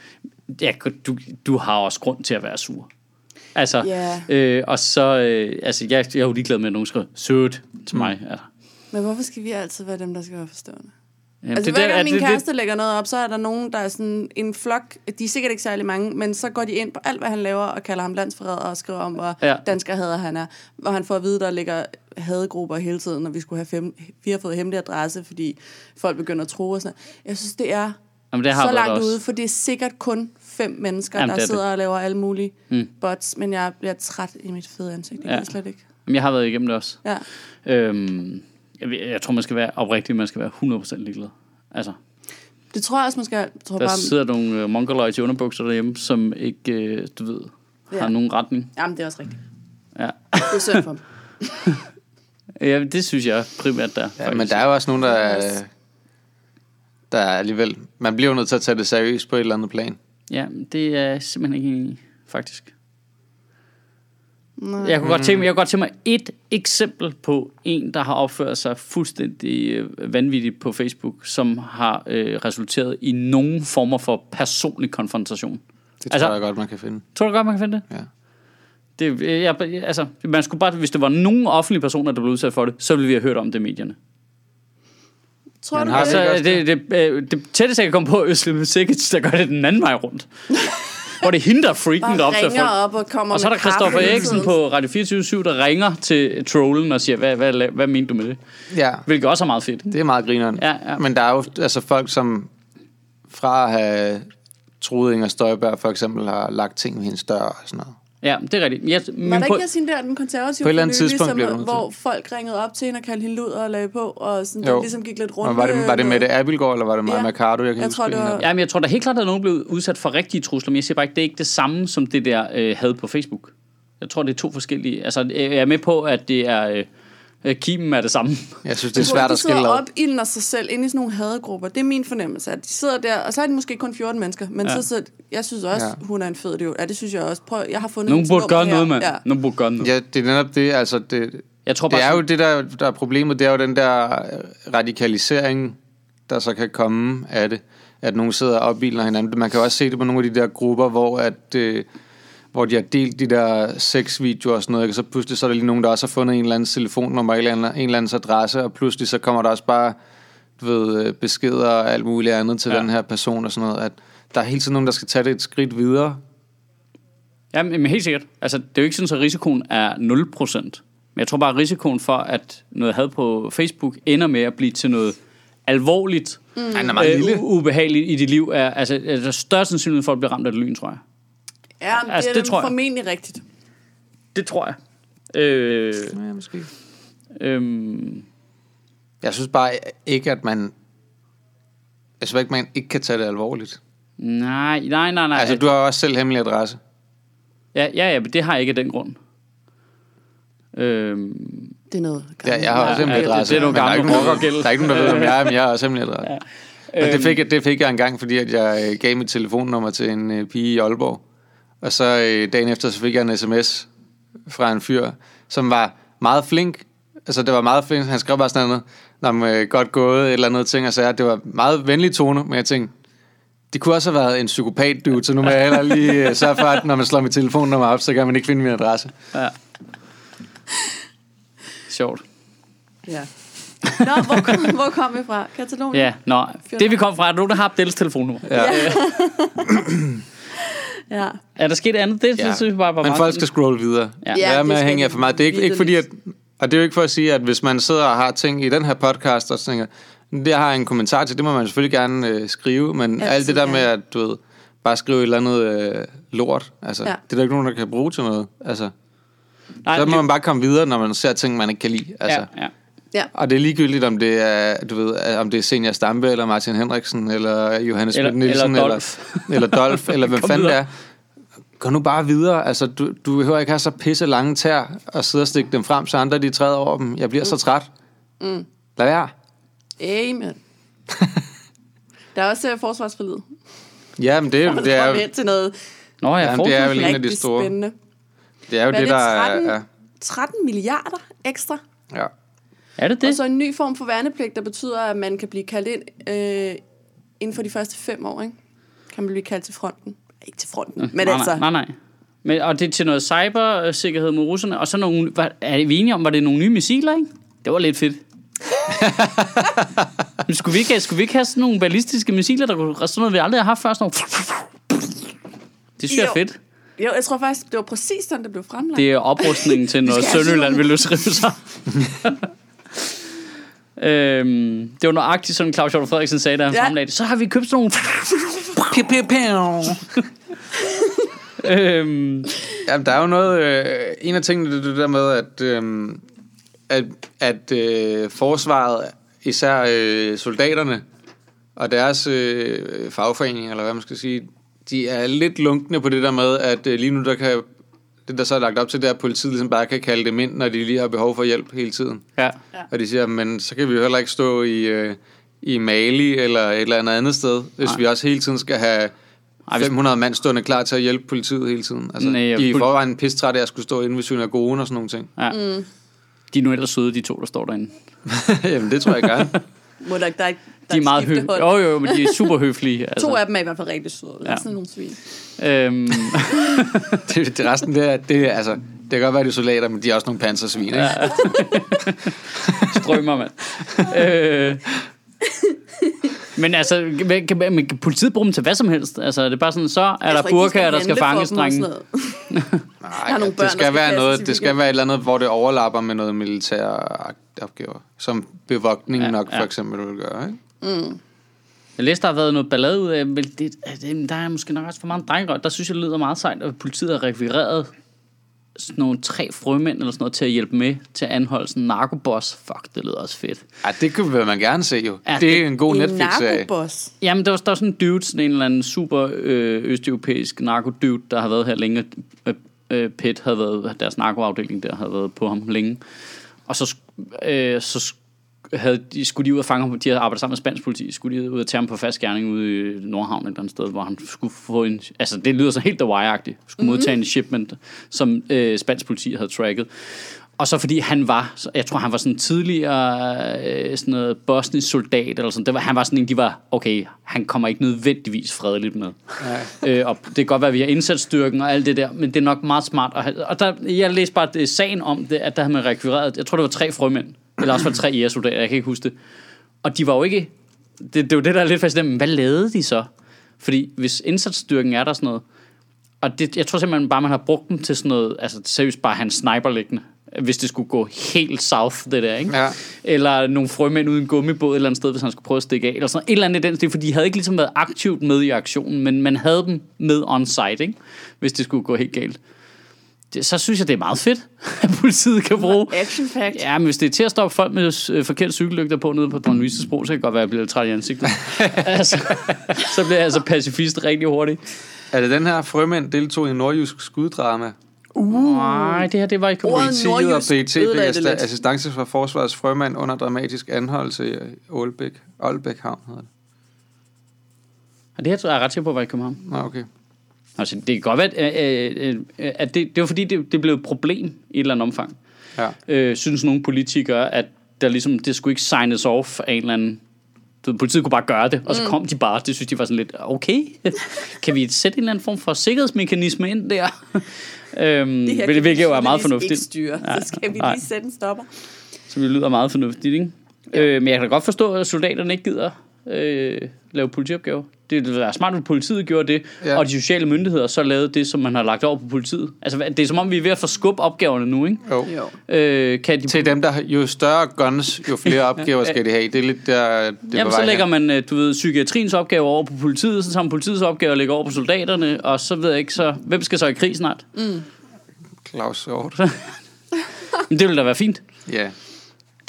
A: du har også grund til at være sur. Altså, og så... jeg er jo ligeglad med, at nogen skriver sødt til mig. Altså.
B: Men hvorfor skal vi altid være dem, der skal være forstående?
A: Jamen,
B: altså hver gang min kæreste lægger noget op, så er der nogen, der er sådan en flok, de er sikkert ikke særlig mange, men så går de ind på alt, hvad han laver, og kalder ham landsforræder og skriver om, hvor dansker hader han er. Hvor han får at vide, der ligger hadegrupper hele tiden, når vi skulle have vi har fået hemmelig adresse, fordi folk begynder at tro og sådan. Jeg synes, det er så langt ude, for det er sikkert kun 5 mennesker, der sidder og laver alle mulige bots, men jeg bliver træt i mit fede ansigt. Det kan jeg slet ikke.
A: Jamen, jeg har været igennem det også.
B: Ja.
A: Jeg tror, man skal være oprigtig, man skal være 100% ligeglad. Altså.
B: Det tror jeg også, man skal.
A: Der sidder nogle mongoloids i underbukser derhjemme, som ikke, du ved, har nogen retning.
B: Jamen, det er også rigtigt.
A: Ja.
B: Det er synd for dem.
A: Ja, det synes jeg primært der.
C: Ja, men der er jo også nogen, der er alligevel... Man bliver jo nødt til at tage det seriøst på et eller andet plan.
A: Ja, det er simpelthen ikke enig, faktisk. Jeg kunne godt tænke mig et eksempel på en, der har opført sig fuldstændig vanvittigt på Facebook, som har resulteret i nogen former for personlig konfrontation.
C: Det tror jeg godt, man kan finde.
A: Tror du godt, man kan finde det? Ja. Man skulle bare, hvis det var nogen offentlige personer, der blev udsat for det, så ville vi have hørt om det i medierne.
B: Tror du
A: det tætteste, jeg kan komme på, Øslem Sikkert, der gør det den anden vej rundt. Hvor det er hende, der freaken der opstår folk.
B: Op og kommer
A: og så er der Christoffer Eriksen på Radio 24/7, der ringer til trollen og siger, hvad mener du med det?
C: Ja.
A: Hvilket også er meget fedt.
C: Det er meget grineren.
A: Ja. Men
C: der er jo altså folk, som fra at have troet Inger Støjberg for eksempel har lagt ting ved hendes dør og sådan noget.
A: Ja, det er rigtigt.
B: Var der ikke sådan der, den konservative
C: på et eller andet tidspunkt
B: hvor folk ringede op til hende og kaldte hende luder og lagde på, og sådan, der ligesom gik lidt rundt.
C: Og var det Mette Abildgaard, eller var det Maja Mercado?
B: Jeg tror, det var...
A: Ja, men jeg tror da helt klart, at nogen blev udsat for rigtige trusler, men jeg siger bare ikke, det er ikke det samme som det der had på Facebook. Jeg tror, det er 2 forskellige... Altså, jeg er med på, at det er... Kimen er det samme.
C: Jeg synes, det er svært at skille ad.
B: De sidder opildner sig selv inde i sådan nogle hadegrupper. Det er min fornemmelse, at de sidder der, og så er de måske kun 14 mennesker, men så sidder, jeg synes også, hun er en fed idiot. Ja, det synes jeg også. Prøv, jeg har fundet
A: nogen burde gøre noget, mand. Nogen burde gøre noget.
C: Ja, det er netop det, altså jeg tror bare, det er jo det, der er problemet, det er jo den der radikalisering, der så kan komme af det, at nogen sidder og opildner hinanden. Man kan jo også se det på nogle af de der grupper, hvor de har delt de der sexvideoer og sådan noget, og så pludselig så er der lige nogen, der også har fundet en eller anden telefonnummer, en eller anden adresse, og pludselig så kommer der også bare, beskeder og alt muligt andet til den her person og sådan noget, at der er hele tiden nogen, der skal tage det et skridt videre.
A: Ja, men helt sikkert. Altså, det er jo ikke sådan, at risikoen er 0%. Men jeg tror bare, at risikoen for, at noget had på Facebook ender med at blive til noget alvorligt, ubehageligt i dit liv, er altså større sandsynlighed for at blive ramt af det lyn, tror jeg.
B: Ja, altså, det er formentlig rigtigt.
A: Det tror jeg.
C: Ja, måske. Jeg synes bare ikke, at man... Jeg synes ikke, man ikke kan tage det alvorligt.
A: Nej.
C: Altså, du har også selv hemmelig adresse.
A: Ja, men det har jeg ikke af den grund.
B: Det er noget...
C: Ja, jeg har også hemmelig adresse.
A: Det er nogle gamle rockergæld.
C: Der er ikke nogen, der ved, om jeg er, men jeg har også hemmelig adresse. Ja. Og det fik jeg engang, fordi at jeg gav mit telefonnummer til en pige i Aalborg. Og så dagen efter, så fik jeg en sms fra en fyr, som var meget flink. Altså, det var meget flink. Han skrev bare sådan noget, godt gået, et eller andet ting, og sagde, det var meget venlig tone, men jeg tænkte, det kunne også have været en psykopat, dude, så nu må jeg heller lige sørge for, at når man slår mit telefonnummer op, så kan man ikke finde min adresse.
A: Ja. Sjovt.
B: Ja. Nå, hvor kom vi fra? Katalonien?
A: Ja, det vi kom fra, er nogen, der har Abdels telefonnummer. Ja.
B: Ja.
A: Er der sket andet? Det synes jeg bare var
C: men folk skal scrolle videre.
A: Ja.
C: Det er med at hænge af for meget. Det er ikke fordi, at... Og det er jo ikke for at sige, at hvis man sidder og har ting i den her podcast, og så tænker, det har en kommentar til, det må man selvfølgelig gerne skrive, men alt det der med, at du ved, bare skrive et eller andet lort, altså, det er der ikke nogen, der kan bruge til noget. Altså, nej, så må man bare komme videre, når man ser ting, man ikke kan lide. Altså.
A: Ja.
B: Ja.
C: Og det er ligegyldigt, om det er, du ved, om det er Senior Stampe, eller Martin Henriksen, eller Johannes Schmidt Nielsen, eller Dolf, eller hvem fanden det er. Gå nu bare videre. Altså, du behøver ikke have så pisse lange tær, og sidde og stikke dem frem, så andre de træder over dem. Jeg bliver så træt. Lad være.
B: Amen. Der er også forsvarsforliget.
C: Ja, men det er jo...
B: til noget.
A: Nå ja,
C: det er vel en af de store.
B: Spændende.
C: Det er jo det, der er...
B: 13 milliarder ekstra.
C: Ja.
A: Er det det?
B: Og så en ny form for værnepligt, der betyder, at man kan blive kaldt ind inden for de første 5 år, ikke? Kan man blive kaldt til fronten. Ikke til fronten, men altså...
A: Nej. Men, og det er til noget cybersikkerhed mod russerne, og så nogle... Er vi enige om, var det nogle nye missiler, ikke? Det var lidt fedt. Men skulle vi ikke have sådan nogle ballistiske missiler, der kunne... Sådan noget, vi aldrig har haft før, sådan nogle... Det synes jeg er fedt.
B: Jo, jeg tror faktisk, det var præcis sådan, det blev fremlagt.
A: Det er oprustningen til noget Sønderjylland vil løsrive sig. Det var nøjagtigt, som Claus Hjort Frederiksen sagde, da han fremlagde det. Så har vi købt sådan nogle...
C: Jamen, der er jo noget... en af tingene, det der med, at forsvaret, især soldaterne og deres fagforening, eller hvad man skal sige, de er lidt lunkne på det der med, at lige nu, det der så er lagt op til, det er, at politiet ligesom bare kan kalde dem ind, når de lige har behov for hjælp hele tiden.
A: Ja.
C: Og de siger, men så kan vi jo heller ikke stå i Mali eller et eller andet sted, hvis vi også hele tiden skal have 500 mand stående klar til at hjælpe politiet hele tiden. Altså, de er i forvejen pistrætte af at skulle stå inde ved synagogen og sådan nogle ting.
A: Ja. De er nu ellers søde, de to, der står derinde.
C: Jamen, det tror jeg gerne.
A: De er meget høflige. Jo, men de er super høflige.
B: Altså. 2 af dem er i hvert fald rigtig søde. Ja. Sådan nogle svin.
C: det resten, det kan godt være, de er soldater, men de er også nogle pansersvin, ikke? Ja.
A: Strømmer, mand. Men altså, kan politiet bruge dem til hvad som helst? Altså, det er bare sådan, så er der burkaer, der skal fanges, drenge.
C: Nej, det skal være noget, det skal være et eller andet, hvor det overlapper med noget militære opgaver, som bevogtning nok for eksempel vil gøre, ikke?
A: Jeg læste, der har været noget ballade ud af, der er måske nok også for meget drengerøg. Der synes jeg, det lyder meget sejt, at politiet har rekvireret sådan nogle 3 frømænd eller sådan noget til at hjælpe med til at anholde sådan en narkoboss. Fuck, det lyder også fedt.
C: Ja, det vil man gerne se jo. Ja, det er en god Netflix-serie.
B: Narkoboss?
A: Jamen, der var sådan en dude, sådan en eller anden super østeuropæisk narkodude, der har været her længe. PET havde været, deres narkoafdeling der havde været på ham længe. Og så skulle de ud og fange ham. De havde arbejdet sammen med spansk politi. Skulle de ud og tage ham på fast gerning ude i Nordhavn et eller andet sted, hvor han skulle få en... Altså, det lyder så helt The Wire-agtigt. Skulle modtage en shipment, som spansk politi havde tracket. Og så fordi han var... Jeg tror, han var sådan tidligere sådan noget bosnisk soldat, eller sådan. Han var sådan en, de var... Okay, han kommer ikke nødvendigvis fredeligt med. Og det kan godt være, at vi har indsatsstyrken og alt det der, men det er nok meget smart. Og der, jeg læste bare sagen om det, at der havde man rekvireret... Jeg tror, det var 3 frømænd. Eller også var 3 IS-soldater, jeg kan ikke huske det. Og de var jo ikke... Det er jo det, der er lidt fascinerende. Men hvad lavede de så? Fordi hvis indsatsstyrken er der sådan noget... Og det, jeg tror simpelthen bare, man har brugt dem til sådan noget... Altså seriøst bare hans sniper liggende. Hvis det skulle gå helt south, det der, ikke? Ja. Eller nogle frømænd uden gummibåd et eller andet sted, hvis han skulle prøve at stikke af. Eller sådan et eller andet i den stil. For de havde ikke ligesom været aktivt med i aktionen, men man havde dem med on-site, ikke? Hvis det skulle gå helt galt. Så synes jeg, det er meget fedt, at politiet kan bruge...
B: Action-packed.
A: Ja, men hvis det er til at stoppe folk med forkerte cykellygter på nede på Dronning Louises Bro, så kan det godt være, at jeg bliver lidt træt i ansigtet. Så bliver jeg altså pacifist rigtig hurtigt.
C: Er det den her frømænd deltog i en nordjysk skuddrama?
A: Nej, det var ikke...
C: Politiet og PET fik assistance fra forsvarets frømand under dramatisk anholdelse i Aalbæk Havn, hedder det.
A: Og det her tror jeg er ret sikker på, at var i København.
C: Okay.
A: Altså, det kan godt være, at det var fordi, det blev et problem i et eller andet omfang. Ja. Synes nogle politikere, at der ligesom, det skulle ikke signes off af en eller anden... Politiet kunne bare gøre det, og så kom de bare. Det synes de var sådan lidt, okay, kan vi sætte en eller anden form for sikkerhedsmekanisme ind der? Hvilket jo er meget fornuftigt.
B: Så skal vi lige sætte en stopper.
A: Så det lyder meget fornuftigt, ikke? Men jeg kan da godt forstå, at soldaterne ikke gider lave politiopgaver. Det ville være smart, at politiet gjorde det, og de sociale myndigheder så lavede det, som man har lagt over på politiet. Altså, det er som om, vi er ved at få skub opgaverne nu, ikke?
C: Jo. Kan de... Til dem, der jo større guns, jo flere opgaver skal de have. Det er lidt der...
A: Jamen, så lægger man, psykiatriens opgaver over på politiet, så tager man politiets opgaver og lægger over på soldaterne, og så ved jeg ikke, så hvem skal så i krig snart?
C: Claus Hjort.
A: Men det ville da være fint.
C: Ja.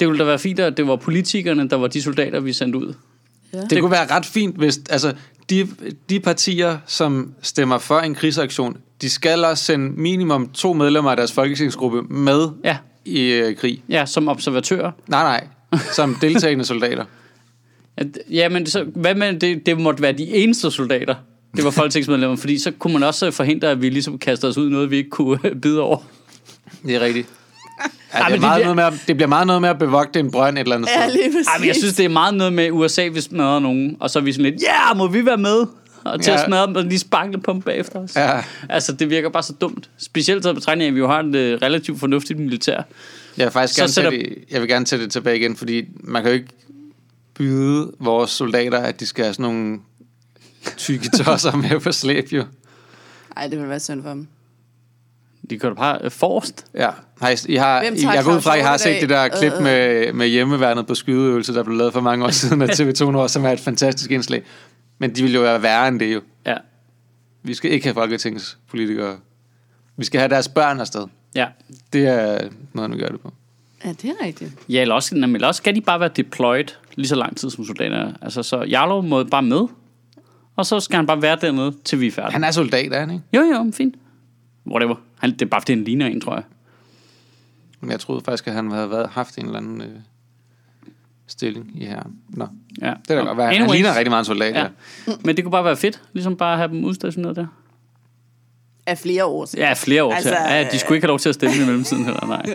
A: Det ville da være fint, at det var politikerne, der var de soldater, vi sendte ud.
C: Ja. Det kunne være ret fint, hvis altså, de partier, som stemmer for en krigsaktion, de skal også sende minimum 2 medlemmer af deres folketingsgruppe med i krig.
A: Ja, som observatører.
C: Nej, som deltagende soldater.
A: Ja, men hvad med det måtte være de eneste soldater. Det var folketingsmedlemmer, fordi så kunne man også forhindre, at vi ligesom kaster os ud i noget, vi ikke kunne bide over.
C: Det er rigtigt. Ja, det bliver meget noget med at bevogte en brønd et eller andet sted.
B: Ja, lige præcis.
A: Men jeg synes, det er meget noget med USA, hvis smadrer nogen, og så er vi sådan lidt, må vi være med? Og til at smadre dem, og lige sparkle på dem bagefter os.
C: Ja.
A: Altså, det virker bare så dumt. Specielt så betragtning af, at vi jo har et relativt fornuftigt militær.
C: Jeg vil gerne tage det tilbage igen, fordi man kan jo ikke byde vores soldater, at de skal have sådan nogle tykke tosser med på slæb, jo.
B: Nej, det vil være synd for dem.
A: De kører bare forrest.
C: Ja. Jeg går ud fra, at I har set det der klip med hjemmeværnet på skydeøvelse, der blev lavet for mange år siden af TV2 Nord, som er et fantastisk indslag. Men de vil jo være værre end det jo.
A: Ja.
C: Vi skal ikke have folketingspolitikere. Vi skal have deres børn afsted.
A: Ja.
C: Det er måden, vi gør det på.
B: Ja, det er rigtigt.
A: Ja, eller også skal de bare være deployed lige så lang tid som soldater. Altså, så Jarlov må bare med. Og så skal han bare være dernede, til vi er færdige.
C: Han er soldat, er han ikke?
A: Jo, fint. Whatever. Det er bare, fordi han ligner en, tror jeg.
C: Men jeg troede faktisk, at han havde haft en eller anden stilling i her. Nå.
A: Ja.
C: Det er da godt være. Han ligner rigtig meget en soldat, ja.
A: Men det kunne bare være fedt, ligesom bare at have dem udstationeret der.
B: Af flere år siden.
A: Ja, flere år siden. Ja, de skulle ikke have lov til at stemme i mellemtiden heller, nej.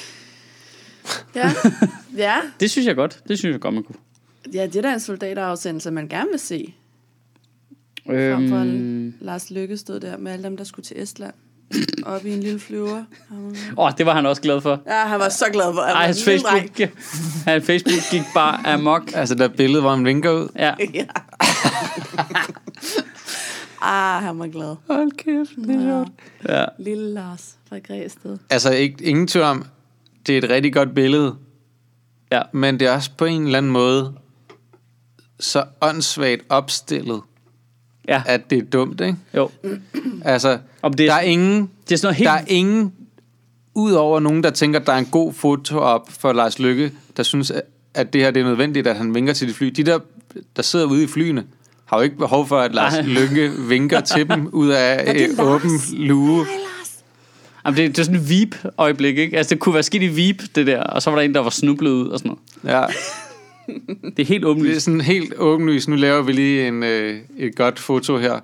B: Ja.
A: Det synes jeg godt. Det synes jeg godt, man kunne.
B: Ja, det er da en soldaterafsendelse, man gerne vil se. Frem for Lars Løkke stod der med alle dem, der skulle til Estland. Op i en lille flyver.
A: Det var han også glad for.
B: Ja, han var så glad for.
A: Hans Facebook gik bare amok.
C: Altså, der billede, hvor han vinker ud.
A: Ja.
B: Han var glad.
A: Hold kæft, det er sjovt. Ja.
B: Lille Lars fra Græsted.
C: Altså, ingen tvivl om, det er et rigtig godt billede.
A: Ja.
C: Men det er også på en eller anden måde så åndssvagt opstillet, at det er dumt, ikke?
A: Jo.
C: Altså, der er ingen, udover nogen, der tænker, at der er en god foto op for Lars Løkke, der synes, at det her det er nødvendigt, at han vinker til de fly. De der sidder ude i flyene, har jo ikke behov for, at Lars Løkke vinker til dem ud af en åben luge.
A: Jamen, det er sådan et Veep-øjeblik, ikke? Altså, det kunne være skidt i Veep, det der, og så var der en, der var snublet ud og sådan noget.
C: Ja.
A: Det er helt åbenlyst.
C: Det er sådan helt åbenlyst. Nu laver vi lige et godt foto her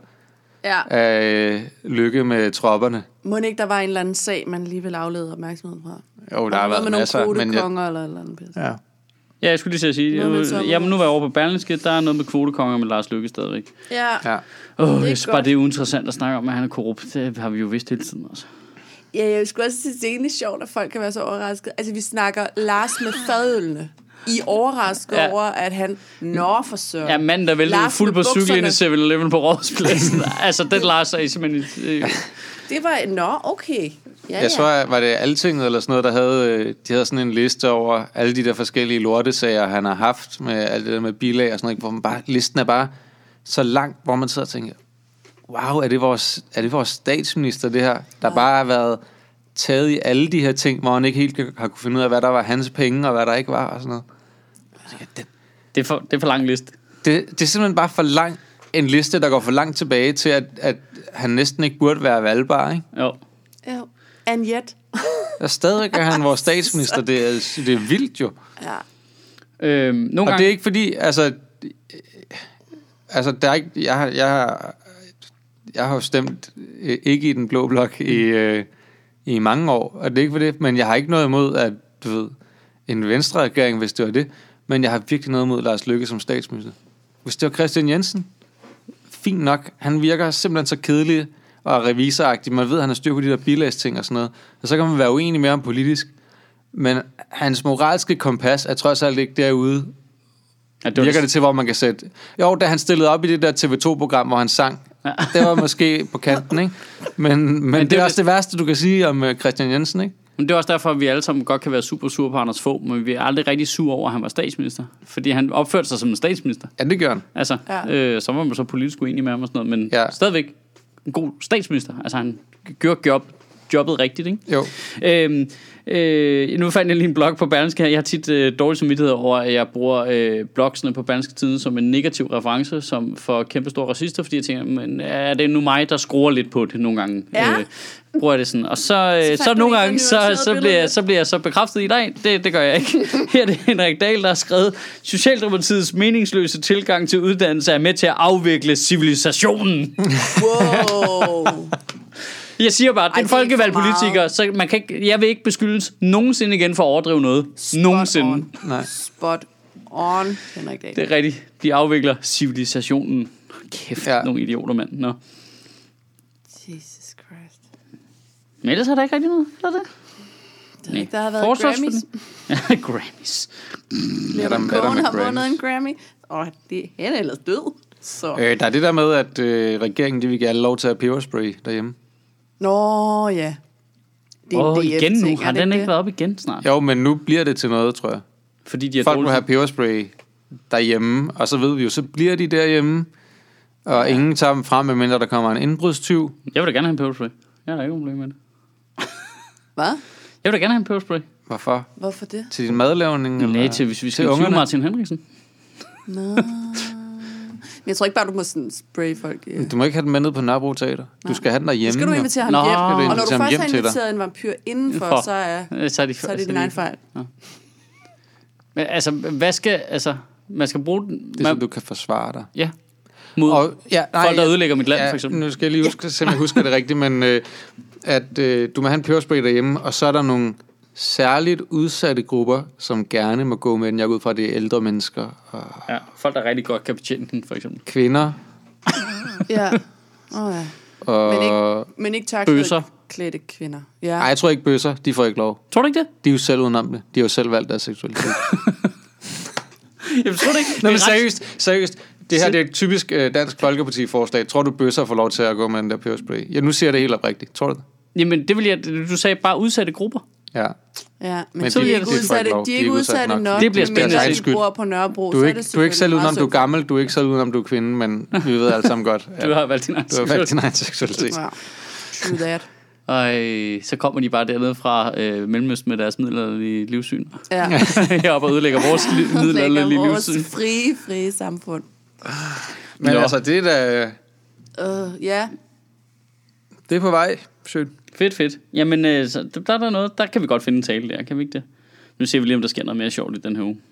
C: af Løkke med tropperne.
B: Må ikke der var en eller anden sag, man lige vil aflede opmærksomheden fra?
C: Jo, der har været masser.
B: Med nogle kvotekonger eller et eller andet pisse.
C: Ja.
A: Ja, jeg skulle lige sige. Jamen, nu var jeg over på Berlingske. Der er noget med kvotekonger med Lars Løkke stadigvæk.
B: Ja.
A: Jeg synes bare, det er uinteressant at snakke om, at han er korrupt. Det har vi jo vidst hele tiden også.
B: Ja, jeg skulle også sige, det er egentlig sjovt, at folk kan være så overrasket. Altså, vi snakker Lars med fadølene. I er overrasket over, at han for søren.
A: Ja, manden, der væltede fuld på cykel ind i 7-Eleven på Rådhuspladsen. Altså, den Lars er simpelthen...
B: Det var, okay. Ja,
C: jeg tror, var det Altinget eller sådan noget, der havde, de havde sådan en liste over alle de der forskellige lortesager, han har haft med alt det der med bilag og sådan noget, hvor man bare, listen er bare så langt, hvor man sidder og tænker, wow, er det vores statsminister, det her, der bare har været taget i alle de her ting, hvor han ikke helt har kunne finde ud af, hvad der var hans penge, og hvad der ikke var, og sådan noget.
A: Det er for lang liste.
C: Det er simpelthen bare for lang en liste, der går for langt tilbage til, at han næsten ikke burde være valgbar, ikke?
A: Jo.
B: And yet.
C: Der stadig er han vores statsminister. Det er vildt jo.
B: Ja.
C: Og det er ikke fordi, altså der er ikke, jeg har jo stemt ikke i den blå blok i mange år, og det er ikke for det, men jeg har ikke noget imod, at du ved, en venstreregering, hvis det var det, men jeg har virkelig noget imod Lars Løkke som statsminister. Hvis det var Christian Jensen, fint nok, han virker simpelthen så kedelig og revisoragtig, man ved, at han har styr på de der bilagsting og sådan noget, og så kan man være uenig med ham politisk, men hans moralske kompas er trods alt ikke derude. Virker det til, hvor man kan sætte... Jo, da han stillede op i det der TV2-program, hvor han sang, det var måske på kanten, ikke? Men det er også det værste, du kan sige om Christian Jensen, ikke?
A: Men det er også derfor, at vi alle sammen godt kan være super sure på Anders Fogh, men vi er aldrig rigtig sure over, at han var statsminister. Fordi han opførte sig som en statsminister.
C: Ja, det gør han.
A: Altså, så var man så politisk uenig med ham og sådan noget, men stadigvæk en god statsminister. Altså, han gjorde jobbet rigtigt, ikke?
C: Jo.
A: Nu fandt jeg lige en blog på Berlingske her. Jeg har tit dårlig samvittighed over, at jeg bruger blogsene på Berlingske Tiden som en negativ reference som for kæmpe store racister, fordi jeg tænker, men er det nu mig, der skruer lidt på det nogle gange?
B: Ja.
A: Bruger jeg det sådan. Og så nogle gange, så bliver jeg så bekræftet i dag. Det gør jeg ikke. Her er det Henrik Dahl, der har skrevet, Socialdemokratiets meningsløse tilgang til uddannelse er med til at afvikle civilisationen.
B: Wow.
A: Jeg siger bare, at det er en folkevalgt politiker, så man kan ikke, jeg vil ikke beskyldes nogensinde igen for at overdrive noget. Nogensinde.
C: Nej.
B: Spot on, Henrik Dahl.
A: Det er rigtigt. De afvikler civilisationen. Kæft, nogle idioter, mand. Nå.
B: Jesus Christ.
A: Men ellers har der ikke rigtig noget, er det?
B: Det er ikke, der har været Grammys.
A: Ja, Grammys.
B: Leonard Cohen har vundet en Grammy. Han er ellers død. Så.
C: Der er det der med, at regeringen de vil give alle lov til at have peberspray derhjemme.
B: Nå, ja.
A: Igen nu. Har den ikke været op igen snart?
C: Jo, men nu bliver det til noget, tror jeg.
A: Fordi de
C: folk må have peberspray derhjemme, og så ved vi jo, så bliver de derhjemme, og ingen tager dem frem, medmindre der kommer en indbrudstyv.
A: Jeg vil da gerne have en peberspray. Jeg har da ikke problem med det.
B: Hvad?
A: Jeg vil da gerne have en peberspray.
C: Hvorfor?
B: Hvorfor det?
C: Til din madlavning?
A: Nej, til hvis vi skal til Martin Henriksen.
B: Nå. Men jeg tror ikke bare, du må sådan spraye folk.
C: Du må ikke have den med ned på Nørrebro Teater. Du skal have den derhjemme.
B: Så skal du invitere ham hjem. Og når du først har inviteret en vampyr indenfor, så er det din egen fejl. Ja.
A: Men altså, hvad skal... Altså, man skal bruge den...
C: Det er så, du kan forsvare dig.
A: Ja. Mod folk, der ødelægger mit land, for eksempel.
C: Nu skal jeg lige huske, så jeg husker det rigtigt, men at du må have en peberspray derhjemme, og så er der nogle særligt udsatte grupper, som gerne må gå med den. Jeg går ud fra, det er ældre mennesker. Og
A: ja, folk, der rigtig godt kan betjene den, for eksempel.
C: Kvinder.
B: Ja. Ja. Men ikke tørklædte kvinder. Ja.
C: Nej, jeg tror ikke bøsser. De får ikke lov.
A: Tror du ikke det?
C: De er jo selv udenom det. De har jo selv valgt deres seksualitet.
A: Jeg tror det ikke.
C: Nå, men seriøst. Det her det er et typisk Dansk Folkeparti-forslag. Tror du, bøsser får lov til at gå med den der peberspray? Ja, nu siger jeg det helt oprigtigt. Tror du det?
A: Jamen, det vil jeg... Du sagde bare udsatte grupper.
C: Ja.
B: Ja, men de er ikke udsatte nok.
A: Det bliver spændende at se.
B: På Nørrebro,
C: du er ikke selv udenom, du er gammel. Du er ikke selv udenom, du er kvinde. Men vi ved alle sammen godt.
A: Du har valgt din egen
C: seksualitet.
B: Ja. True that.
A: Og så kommer de bare dernede fra Mellemøsten med deres middelalderlige livssyn.
B: Ja.
A: Heroppe og ødelægger vores middelalderlige livssyn.
B: Vores frie samfund.
C: Men altså, det er da...
B: Ja.
C: Det er på vej.
A: Fedt. Jamen, så der er noget, der kan vi godt finde en tale der, kan vi ikke det? Nu ser vi lige, om der sker noget mere sjovt i den her uge.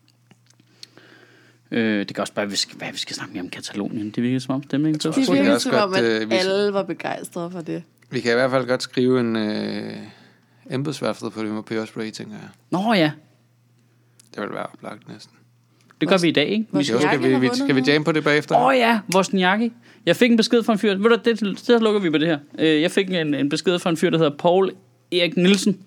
A: Det kan også bare, hvad vi skal snakke mere om Katalonien. Det virker som om stemningen.
B: Det virker som om, at alle var begejstrede for det.
C: Vi kan i hvert fald godt skrive en embedsværftet på det med peberspray, tænker jeg.
A: Nå ja.
C: Det vil være oplagt næsten.
A: Det gør vi i dag, ikke?
C: Skal vi jamme på det bagefter?
A: Ja, Wozniacki. Jeg fik en besked fra en fyr. Ved du, det lukker vi på det her. Jeg fik en besked fra en fyr, der hedder Paul Erik Nielsen.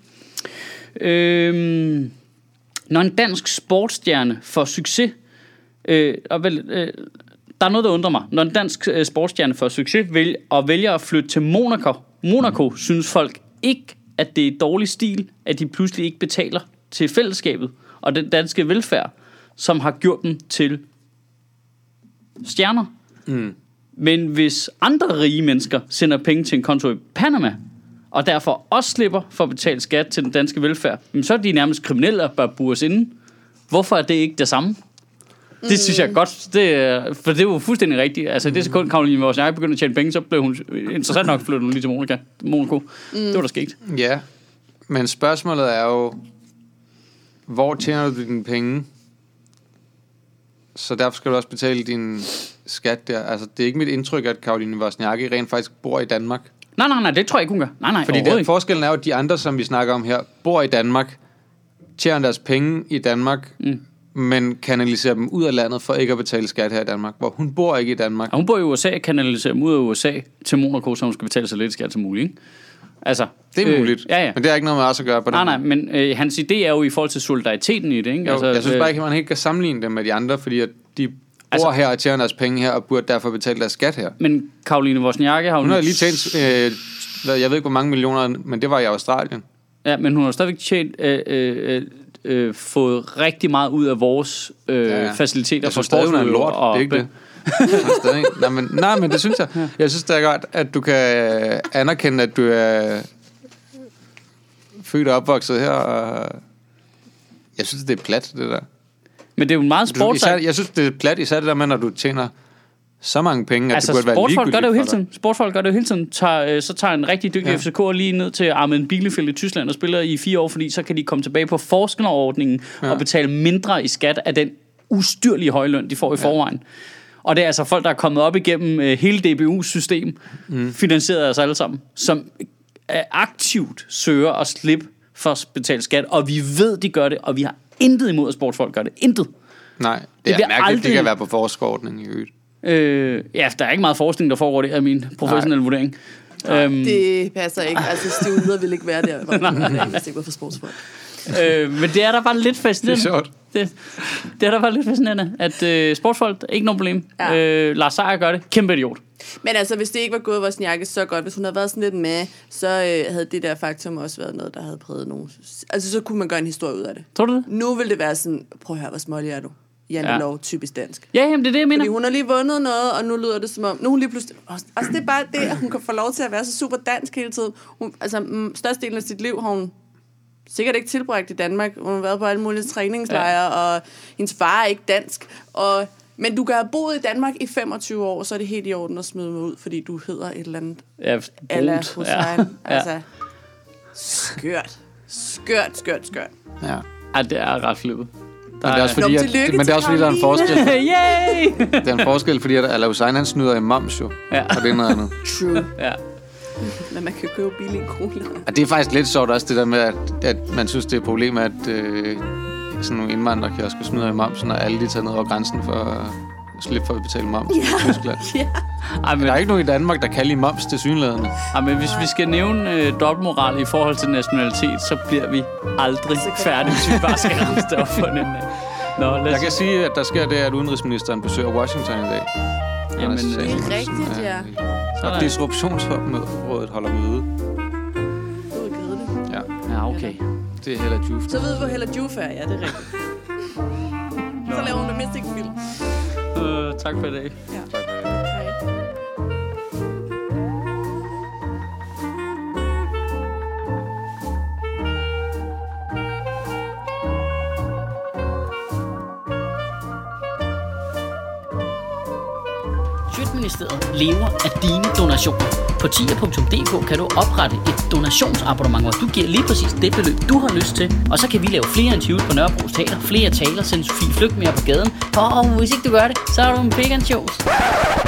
A: Når en dansk sportsstjerne får succes... der er noget, der undrer mig. Når en dansk sportsstjerne får succes og vælger at flytte til Monaco, synes folk ikke, at det er dårlig stil, at de pludselig ikke betaler til fællesskabet og den danske velfærd, som har gjort dem til stjerner. Mm. Men hvis andre rige mennesker sender penge til en konto i Panama, og derfor også slipper for at betale skat til den danske velfærd, så er de nærmest kriminelle og bør bures inde. Hvorfor er det ikke det samme? Det synes jeg godt, for det er jo fuldstændig rigtigt. Altså det sekund, Caroline Wozniacki begyndte at tjene penge, så blev hun interessant nok flyttet hun lige til Monaco. Det var der sket.
C: Ja, men spørgsmålet er jo, hvor tjener du dine penge? Så derfor skal du også betale din skat der. Altså det er ikke mit indtryk, at Caroline Wozniacki rent faktisk bor i Danmark.
A: Nej, det tror jeg ikke, hun gør. Nej,
C: fordi forskellen er jo, at de andre, som vi snakker om her, bor i Danmark, tjener deres penge i Danmark, men kanaliserer dem ud af landet for ikke at betale skat her i Danmark, hvor hun bor ikke i Danmark.
A: Og hun bor i USA, kanaliserer dem ud af USA til Monaco, så hun skal betale så lidt skat som muligt, ikke? Altså,
C: det er muligt,
A: ja.
C: Men det er ikke noget med os at gøre på det.
A: Nej, men hans idé er jo i forhold til solidariteten i det, ikke?
C: Jo, altså, jeg synes bare ikke, at man helt kan sammenligne dem med de andre, fordi at de bor her og tjener deres penge her, og burde derfor betale deres skat her.
A: Men Caroline Wozniacki har
C: hun har lige tjent, jeg ved ikke hvor mange millioner, men det var i Australien. Ja,
A: men hun har stadigvæk tjent... fået rigtig meget ud af vores faciliteter for sportsudøvere.
C: Jeg synes stadig, hun er en lort. Det er ikke det. Nej, men det synes jeg. Jeg synes det er godt, at du kan anerkende, at du er født og opvokset her, og jeg synes, det er plat, det der.
A: Men det er jo en meget sportsagt.
C: Jeg synes, det er plat, især det der med, når du tjener så mange penge, at
A: altså,
C: det burde være ligegyldigt
A: gør det jo hele tiden. Sportsfolk gør det jo hele tiden. Så tager en rigtig dygtig FCK'er lige ned til Armin Bielefeld i Tyskland og spiller i 4 år, fordi så kan de komme tilbage på forskerordningen og betale mindre i skat af den ustyrlige højløn, de får i forvejen. Og det er altså folk, der er kommet op igennem hele DBU's system, finansieret af os alle sammen, som aktivt søger at slippe for at betale skat, og vi ved, de gør det, og vi har intet imod, at sportsfolk gør det. Intet.
C: Nej, det er mærkeligt, de kan være på forskerordning i øvrigt.
B: Ja,
A: der er ikke meget forskning, der foregår det, er min professionelle vurdering.
B: Det passer ikke. Altså, Stiv Yder vil ikke være der, hvis det ikke var for sportsfolk.
A: Men det er der bare lidt fascinerende.
C: Det er sjovt.
A: Det er der bare lidt fascinerende, at sportsfolk, ikke noget problem. Ja. Lars Seier gør det. Kæmpe idiot.
B: Men altså, hvis det ikke var gået Wozniacki så godt, hvis hun havde været sådan lidt med, så havde det der faktum også været noget, der havde præget nogen. Altså, så kunne man gøre en historie ud af det.
A: Tror du det?
B: Nu vil det være sådan, prøv at høre, hvor smålig er du? Janne Lov, typisk dansk.
A: Ja, jamen, det er det, jeg mener.
B: Fordi hun har lige vundet noget, og nu lyder det som om... Nu er hun lige pludselig... Altså, det er bare det, at hun kan få lov til at være så super dansk hele tiden. Størstedelen af sit liv har hun sikkert ikke tilbragt i Danmark. Hun har været på alle mulige træningslejre, og hendes far er ikke dansk. Men du kan have boet i Danmark i 25 år, så er det helt i orden at smide mig ud, fordi du hedder et eller andet...
A: Ja,
B: brunt. Altså, skørt.
C: Ja.
A: Ja, det er ret flippet.
C: Men det er også fordi, der er en forskel.
A: Yay!
C: Det er en forskel, fordi at Hussein, han snyder i moms jo.
A: Ja.
C: Og det er noget andet.
A: True. Ja.
B: Men man kan købe billige kroner.
C: Og det er faktisk lidt sjovt også, det der med, at man synes, det er et problem, at sådan nogle indvandrere kan også snyde i moms, når alle de tager ned over grænsen for at slippe for at betale moms i Tyskland.
A: Ej, men,
C: der er ikke nogen i Danmark, der kan lide moms til synlædende.
A: Ja, men hvis vi skal nævne dobbeltmoral i forhold til nationalitet, så bliver vi aldrig færdige, hvis vi bare skal rense op for den.
C: Jeg kan sige, at der sker det, at udenrigsministeren besøger Washington i dag.
B: Jamen, det er rigtigt, ja.
C: Og Disruptionsrådet holder møde.
B: Du er kedeligt.
A: Ja, okay.
C: Det er Hella Juf.
B: Så ved du, hvor Hella Juf er, ja, det er rigtigt. Så laver hun da mindst ikke en film.
A: Tak for i dag.
B: Ja.
C: Tak for i dag.
D: Sjøtministeriet lever af dine donationer. På tier.dk kan du oprette et donationsabonnement, hvor du giver lige præcis det beløb, du har lyst til. Og så kan vi lave flere interviews på Nørrebros Teater, flere taler, sende Sofie Flygt mere på gaden. Og hvis ikke du gør det, så er du en vegan shows.